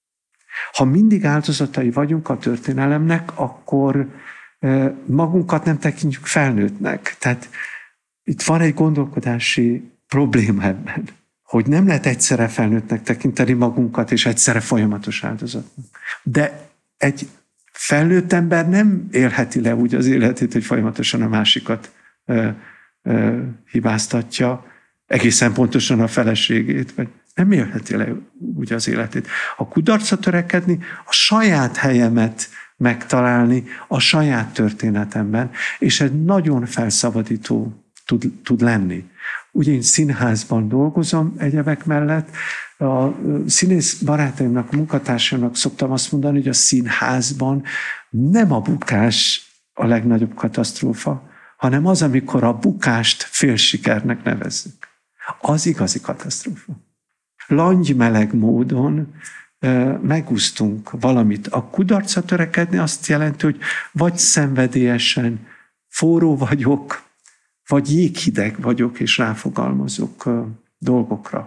Ha mindig áldozatai vagyunk a történelemnek, akkor magunkat nem tekintjük felnőttnek. Tehát itt van egy gondolkodási probléma ebben, hogy nem lehet egyszerre felnőttnek tekinteni magunkat, és egyszerre folyamatos áldozatnak. De egy felnőtt ember nem élheti le úgy az életét, hogy folyamatosan a másikat ö, ö, hibáztatja, egészen pontosan a feleségét, vagy nem élheti le úgy az életét. Ha kudarcra törekedni, a saját helyemet megtalálni a saját történetemben, és ez nagyon felszabadító tud, tud lenni. Ugye én színházban dolgozom egyebek mellett, a színész barátaimnak, a munkatársamnak szoktam azt mondani, hogy a színházban nem a bukás a legnagyobb katasztrófa, hanem az, amikor a bukást félsikernek nevezzük. Az igazi katasztrófa. Langymeleg módon megúsztunk valamit. A kudarcra törekedni azt jelenti, hogy vagy szenvedélyesen forró vagyok, vagy jéghideg vagyok, és ráfogalmazok dolgokra.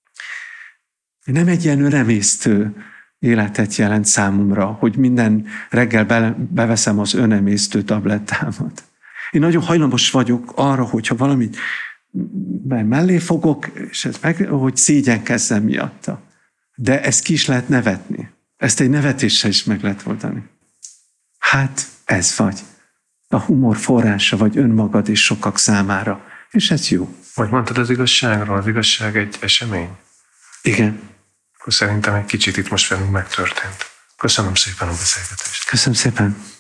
Nem egy ilyen önemésztő életet jelent számomra, hogy minden reggel beveszem az önemésztő tablettámat. Én nagyon hajlamos vagyok arra, hogyha valamit mellé fogok, és ez meg, hogy szégyenkezzem miatta. De ezt ki is lehet nevetni. Ezt egy nevetéssel is meg lehet oldani. Hát ez vagy. A humor forrása vagy önmagad és sokak számára. És ez jó. Vagy mondtad az igazságról, az igazság egy esemény? Igen. Akkor szerintem egy kicsit itt most velünk megtörtént. Köszönöm szépen a beszélgetést. Köszönöm szépen.